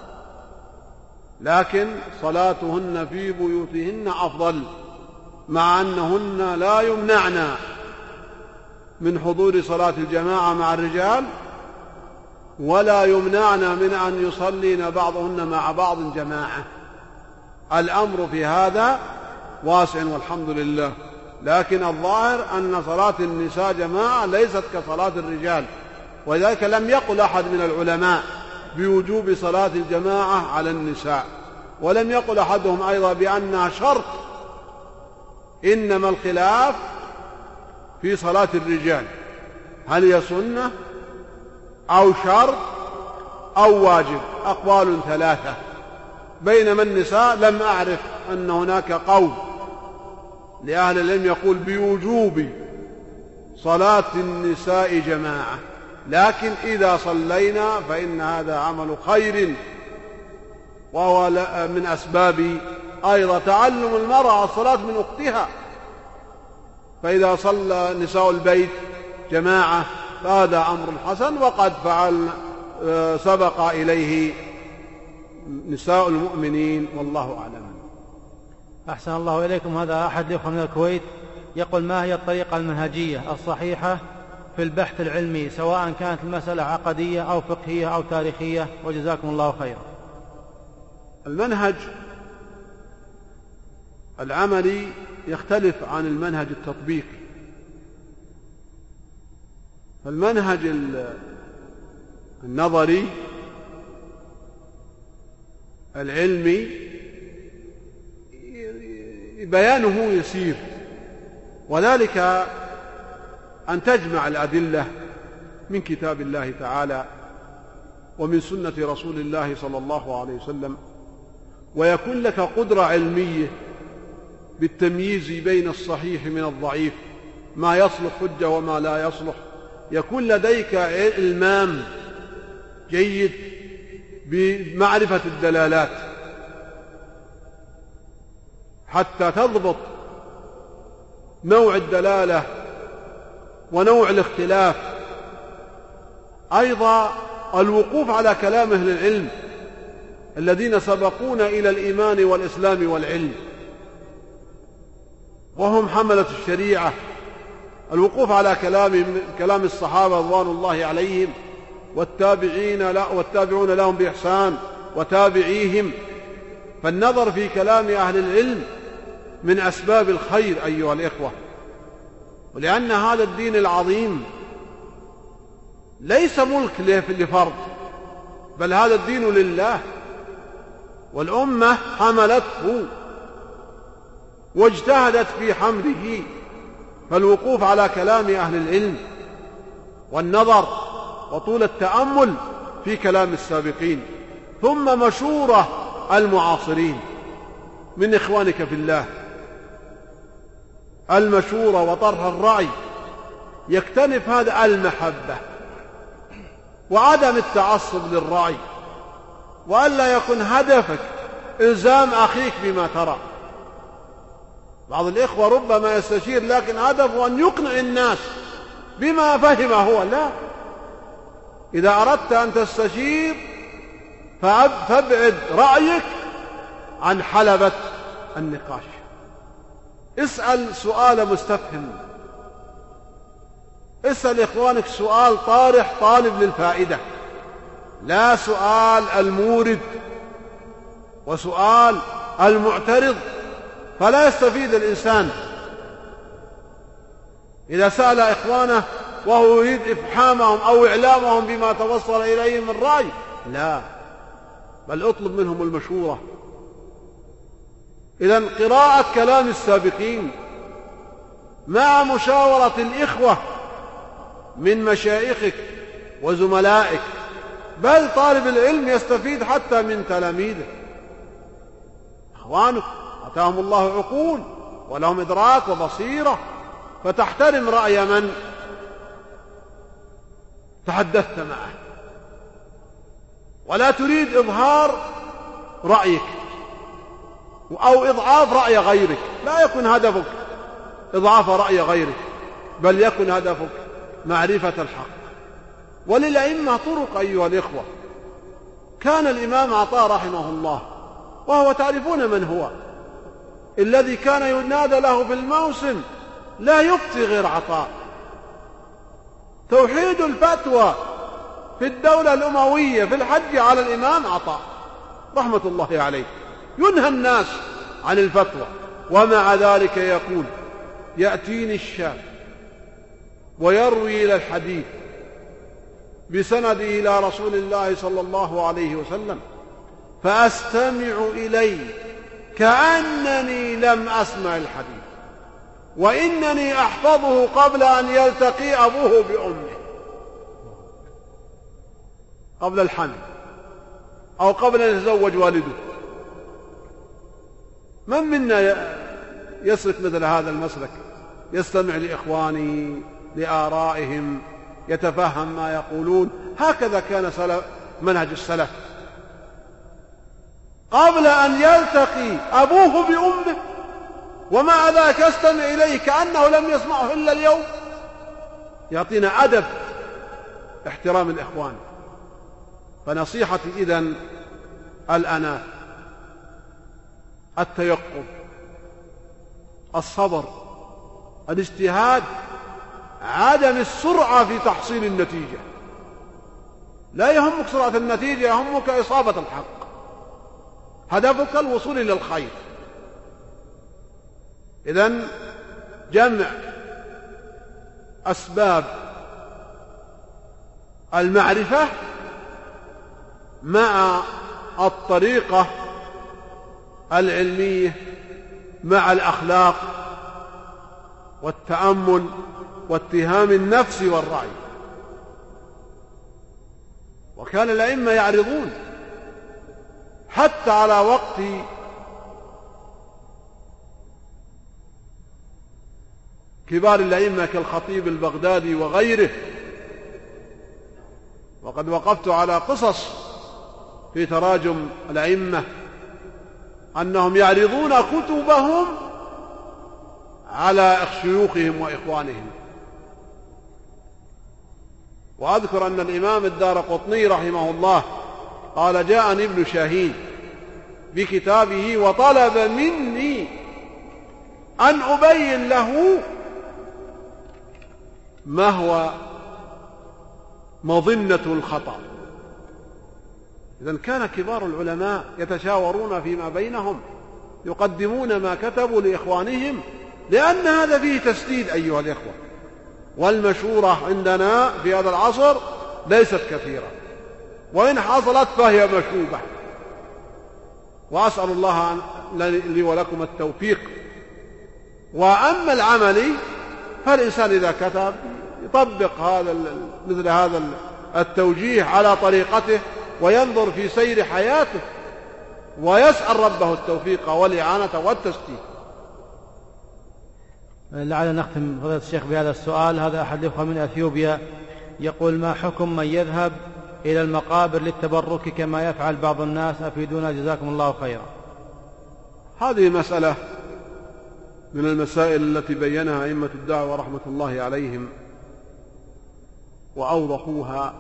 لكن صلاتهن في بيوتهن أفضل، مع أنهن لا يمنعن من حضور صلاة الجماعة مع الرجال، ولا يمنعن من أن يصلين بعضهن مع بعض جماعة. الأمر في هذا واسع والحمد لله، لكن الظاهر أن صلاة النساء جماعة ليست كصلاة الرجال، ولذلك لم يقل أحد من العلماء بوجوب صلاة الجماعة على النساء، ولم يقل أحدهم أيضا بأنها شرط، إنما الخلاف في صلاة الرجال، هل هي سنة أو شرط أو واجب؟ أقوال ثلاثة، بينما النساء لم أعرف أن هناك قول لأهل العلم يقول بوجوب صلاة النساء جماعة، لكن إذا صلينا فإن هذا عمل خير، وهو من أسباب أيضا تعلم المرأة الصلاة من أختها، فإذا صلى نساء البيت جماعة فهذا أمر حسن، وقد فعل سبق إليه نساء المؤمنين، والله أعلم. أحسن الله إليكم. هذا أحد الإخوة من الكويت يقول: ما هي الطريقة المنهجية الصحيحة في البحث العلمي، سواء كانت المسألة عقدية أو فقهية أو تاريخية؟ وجزاكم الله خيرا. المنهج العملي يختلف عن المنهج التطبيقي. فالمنهج النظري العلمي بيانه يسير، وذلك أن تجمع الأدلة من كتاب الله تعالى ومن سنة رسول الله صلى الله عليه وسلم، ويكون لك قدرة علمية بالتمييز بين الصحيح من الضعيف، ما يصلح حجة وما لا يصلح، يكون لديك إلمام جيد بمعرفة الدلالات حتى تضبط نوع الدلالة ونوع الاختلاف. أيضا الوقوف على كلام أهل العلم الذين سبقونا إلى الإيمان والإسلام والعلم، وهم حملة الشريعة، الوقوف على كلام كلام الصحابة رضوان الله عليهم والتابعين لا والتابعون لهم بإحسان وتابعيهم. فالنظر في كلام أهل العلم من أسباب الخير أيها الإخوة، ولأن هذا الدين العظيم ليس ملك لفرد، بل هذا الدين لله، والأمة حملته واجتهدت في حمله. فالوقوف على كلام أهل العلم والنظر وطول التأمل في كلام السابقين، ثم مشورة المعاصرين من إخوانك في الله، المشورة وطرح الرأي، يكتنف هذا المحبة وعدم التعصب للرأي، وألا يكون هدفك إلزام أخيك بما ترى. بعض الإخوة ربما يستشير لكن هدفه أن يقنع الناس بما فهم هو. لا، إذا أردت أن تستشير فابعد رأيك عن حلبة النقاش. اسأل سؤال مستفهم، اسأل إخوانك سؤال طارح طالب للفائدة، لا سؤال المورد وسؤال المعترض، فلا يستفيد الإنسان إذا سأل إخوانه وهو يريد إفحامهم أو إعلامهم بما توصل إليه من رأي. لا، بل اطلب منهم المشورة إذن قراءة كلام السابقين مع مشاورة الإخوة من مشايخك وزملائك، بل طالب العلم يستفيد حتى من تلاميذه. أخوانك أتاهم الله عقول ولهم إدراك وبصيرة، فتحترم رأي من تحدثت معه، ولا تريد إظهار رأيك أو إضعاف رأي غيرك. لا يكن هدفك إضعاف رأي غيرك، بل يكن هدفك معرفة الحق. وللأئمة طرق أيها الإخوة. كان الإمام عطاء رحمه الله، وهو تعرفون من هو، الذي كان ينادى له في الموسم لا يفتي غير عطاء. توحيد الفتوى في الدولة الأموية في الحج على الإمام عطاء رحمة الله عليه، ينهى الناس عن الفتوى، ومع ذلك يقول: يأتيني الشاب ويروي إلى الحديث بسنده إلى رسول الله صلى الله عليه وسلم، فأستمع إليه كأنني لم أسمع الحديث، وإنني أحفظه قبل أن يلتقي أبوه بأمه، قبل الحمل أو قبل أن يتزوج والده. من منا يسلك مثل هذا المسلك؟ يستمع لإخوانه لآرائهم، يتفهم ما يقولون. هكذا كان سلف منهج السلف، قبل أن يلتقي أبوه بأمه، ومع ذلك يستمع إليه كأنه لم يسمعه إلا اليوم. يعطينا أدب احترام الإخوان. فنصيحتي إذن الأناة، التيقظ، الصبر، الاجتهاد، عدم السرعة في تحصيل النتيجة. لا يهمك سرعة النتيجة، يهمك إصابة الحق، هدفك الوصول إلى الخير. إذن جمع أسباب المعرفة مع الطريقة العلمية مع الأخلاق والتأمل واتهام النفس والرأي. وكان الأئمة يعرضون حتى على وقت كبار الأئمة كالخطيب البغدادي وغيره. وقد وقفت على قصص في تراجم الأئمة أنهم يعرضون كتبهم على شيوخهم وإخوانهم. وأذكر أن الإمام الدارقطني رحمه الله قال: جاءني ابن شاهين بكتابه وطلب مني أن أبين له ما هو مظنة الخطأ. إذن كان كبار العلماء يتشاورون فيما بينهم، يقدمون ما كتبوا لإخوانهم، لأن هذا فيه تسديد أيها الإخوة. والمشورة عندنا في هذا العصر ليست كثيرة، وإن حصلت فهي مشوبة. وأسأل الله لي ولكم التوفيق. وأما العملي فالإنسان إذا كتب يطبق هذا مثل هذا التوجيه على طريقته، وينظر في سير حياته، ويسأل ربه التوفيق والإعانة والتسديد. لعلنا نختم فضيلة الشيخ بهذا السؤال. هذا أحد الأخوة من أثيوبيا يقول: ما حكم من يذهب إلى المقابر للتبرك كما يفعل بعض الناس؟ أفيدونا جزاكم الله خيرا. هذه مسألة من المسائل التي بينها أئمة الدعوة رحمة الله عليهم وأوضحوها.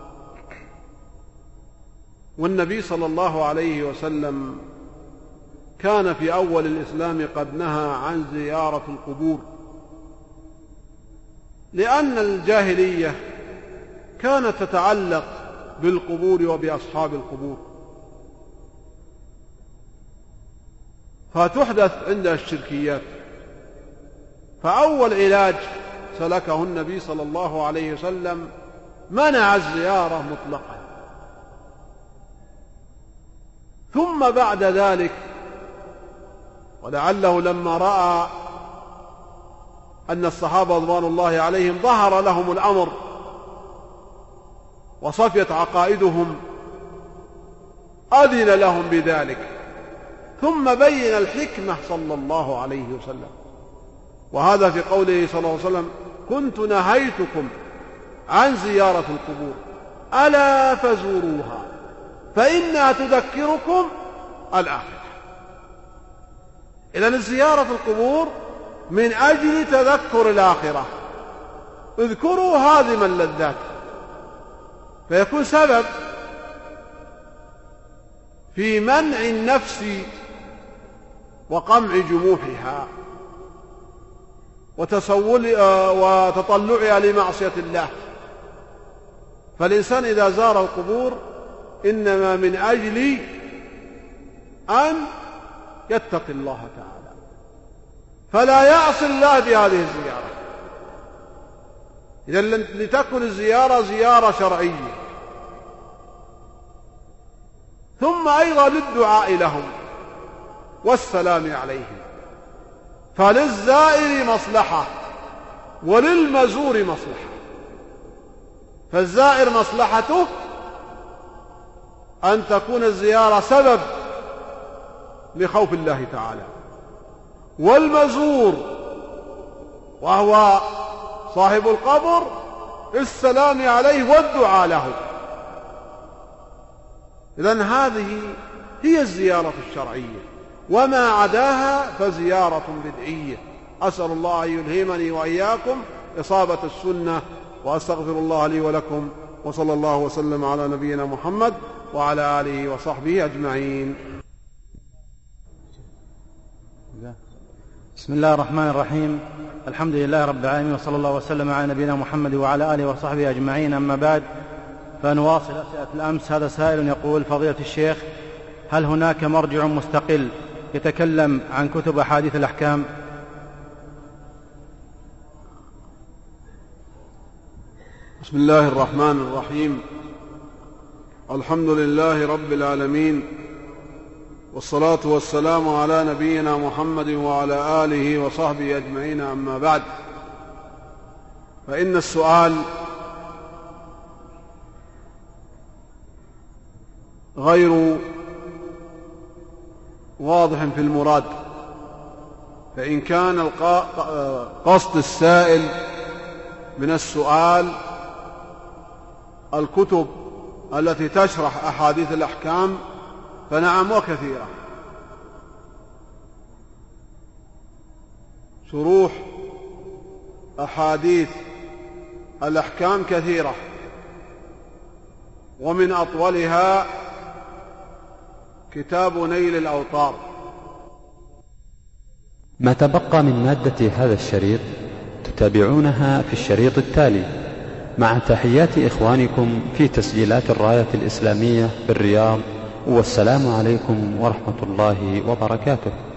والنبي صلى الله عليه وسلم كان في أول الإسلام قد نهى عن زيارة القبور، لأن الجاهلية كانت تتعلق بالقبور وبأصحاب القبور، فتحدث عندها الشركيات. فأول علاج سلكه النبي صلى الله عليه وسلم منع الزيارة مطلقا. ثم بعد ذلك ولعله لما رأى أن الصحابة رضوان الله عليهم ظهر لهم الأمر وصفيت عقائدهم أذن لهم بذلك، ثم بين الحكمة صلى الله عليه وسلم. وهذا في قوله صلى الله عليه وسلم: كنت نهيتكم عن زيارة القبور ألا فزوروها فإنها تذكركم الآخرة. إذن زيارة القبور من أجل تذكر الآخرة. اذكروا هادم اللذات، فيكون سبب في منع النفس وقمع جموحها وتطلعها لمعصية الله. فالإنسان إذا زار القبور إنما من أجل أن يتقي الله تعالى، فلا يعصي الله بهذه الزيارة. إذا لتكن الزيارة زيارة شرعية. ثم أيضا للدعاء لهم والسلام عليهم، فللزائر مصلحة وللمزور مصلحة. فالزائر مصلحته أن تكون الزيارة سبب لخوف الله تعالى، والمزور وهو صاحب القبر السلام عليه والدعاء له. إذن هذه هي الزيارة الشرعية، وما عداها فزيارة بدعية. أسأل الله أن يلهمني وإياكم إصابة السنة، وأستغفر الله لي ولكم، وصلى الله وسلم على نبينا محمد وعلى آله وصحبه أجمعين. بسم الله الرحمن الرحيم. الحمد لله رب العالمين، وصلى الله وسلم على نبينا محمد وعلى آله وصحبه أجمعين. أما بعد، فنواصل أسئلة الأمس. هذا سائل يقول: فضيلة الشيخ، هل هناك مرجع مستقل يتكلم عن كتب أحاديث الأحكام؟ بسم الله الرحمن الرحيم. الحمد لله رب العالمين، والصلاة والسلام على نبينا محمد وعلى آله وصحبه أجمعين. أما بعد، فإن السؤال غير واضح في المراد. فإن كان قصد السائل من السؤال الكتب التي تشرح أحاديث الأحكام فنعم وكثيرة. شروح أحاديث الأحكام كثيرة، ومن أطولها كتاب نيل الأوطار. ما تبقى من مادة هذا الشريط تتابعونها في الشريط التالي، مع تحيات إخوانكم في تسجيلات الراية الإسلامية بالرياض، والسلام عليكم ورحمة الله وبركاته.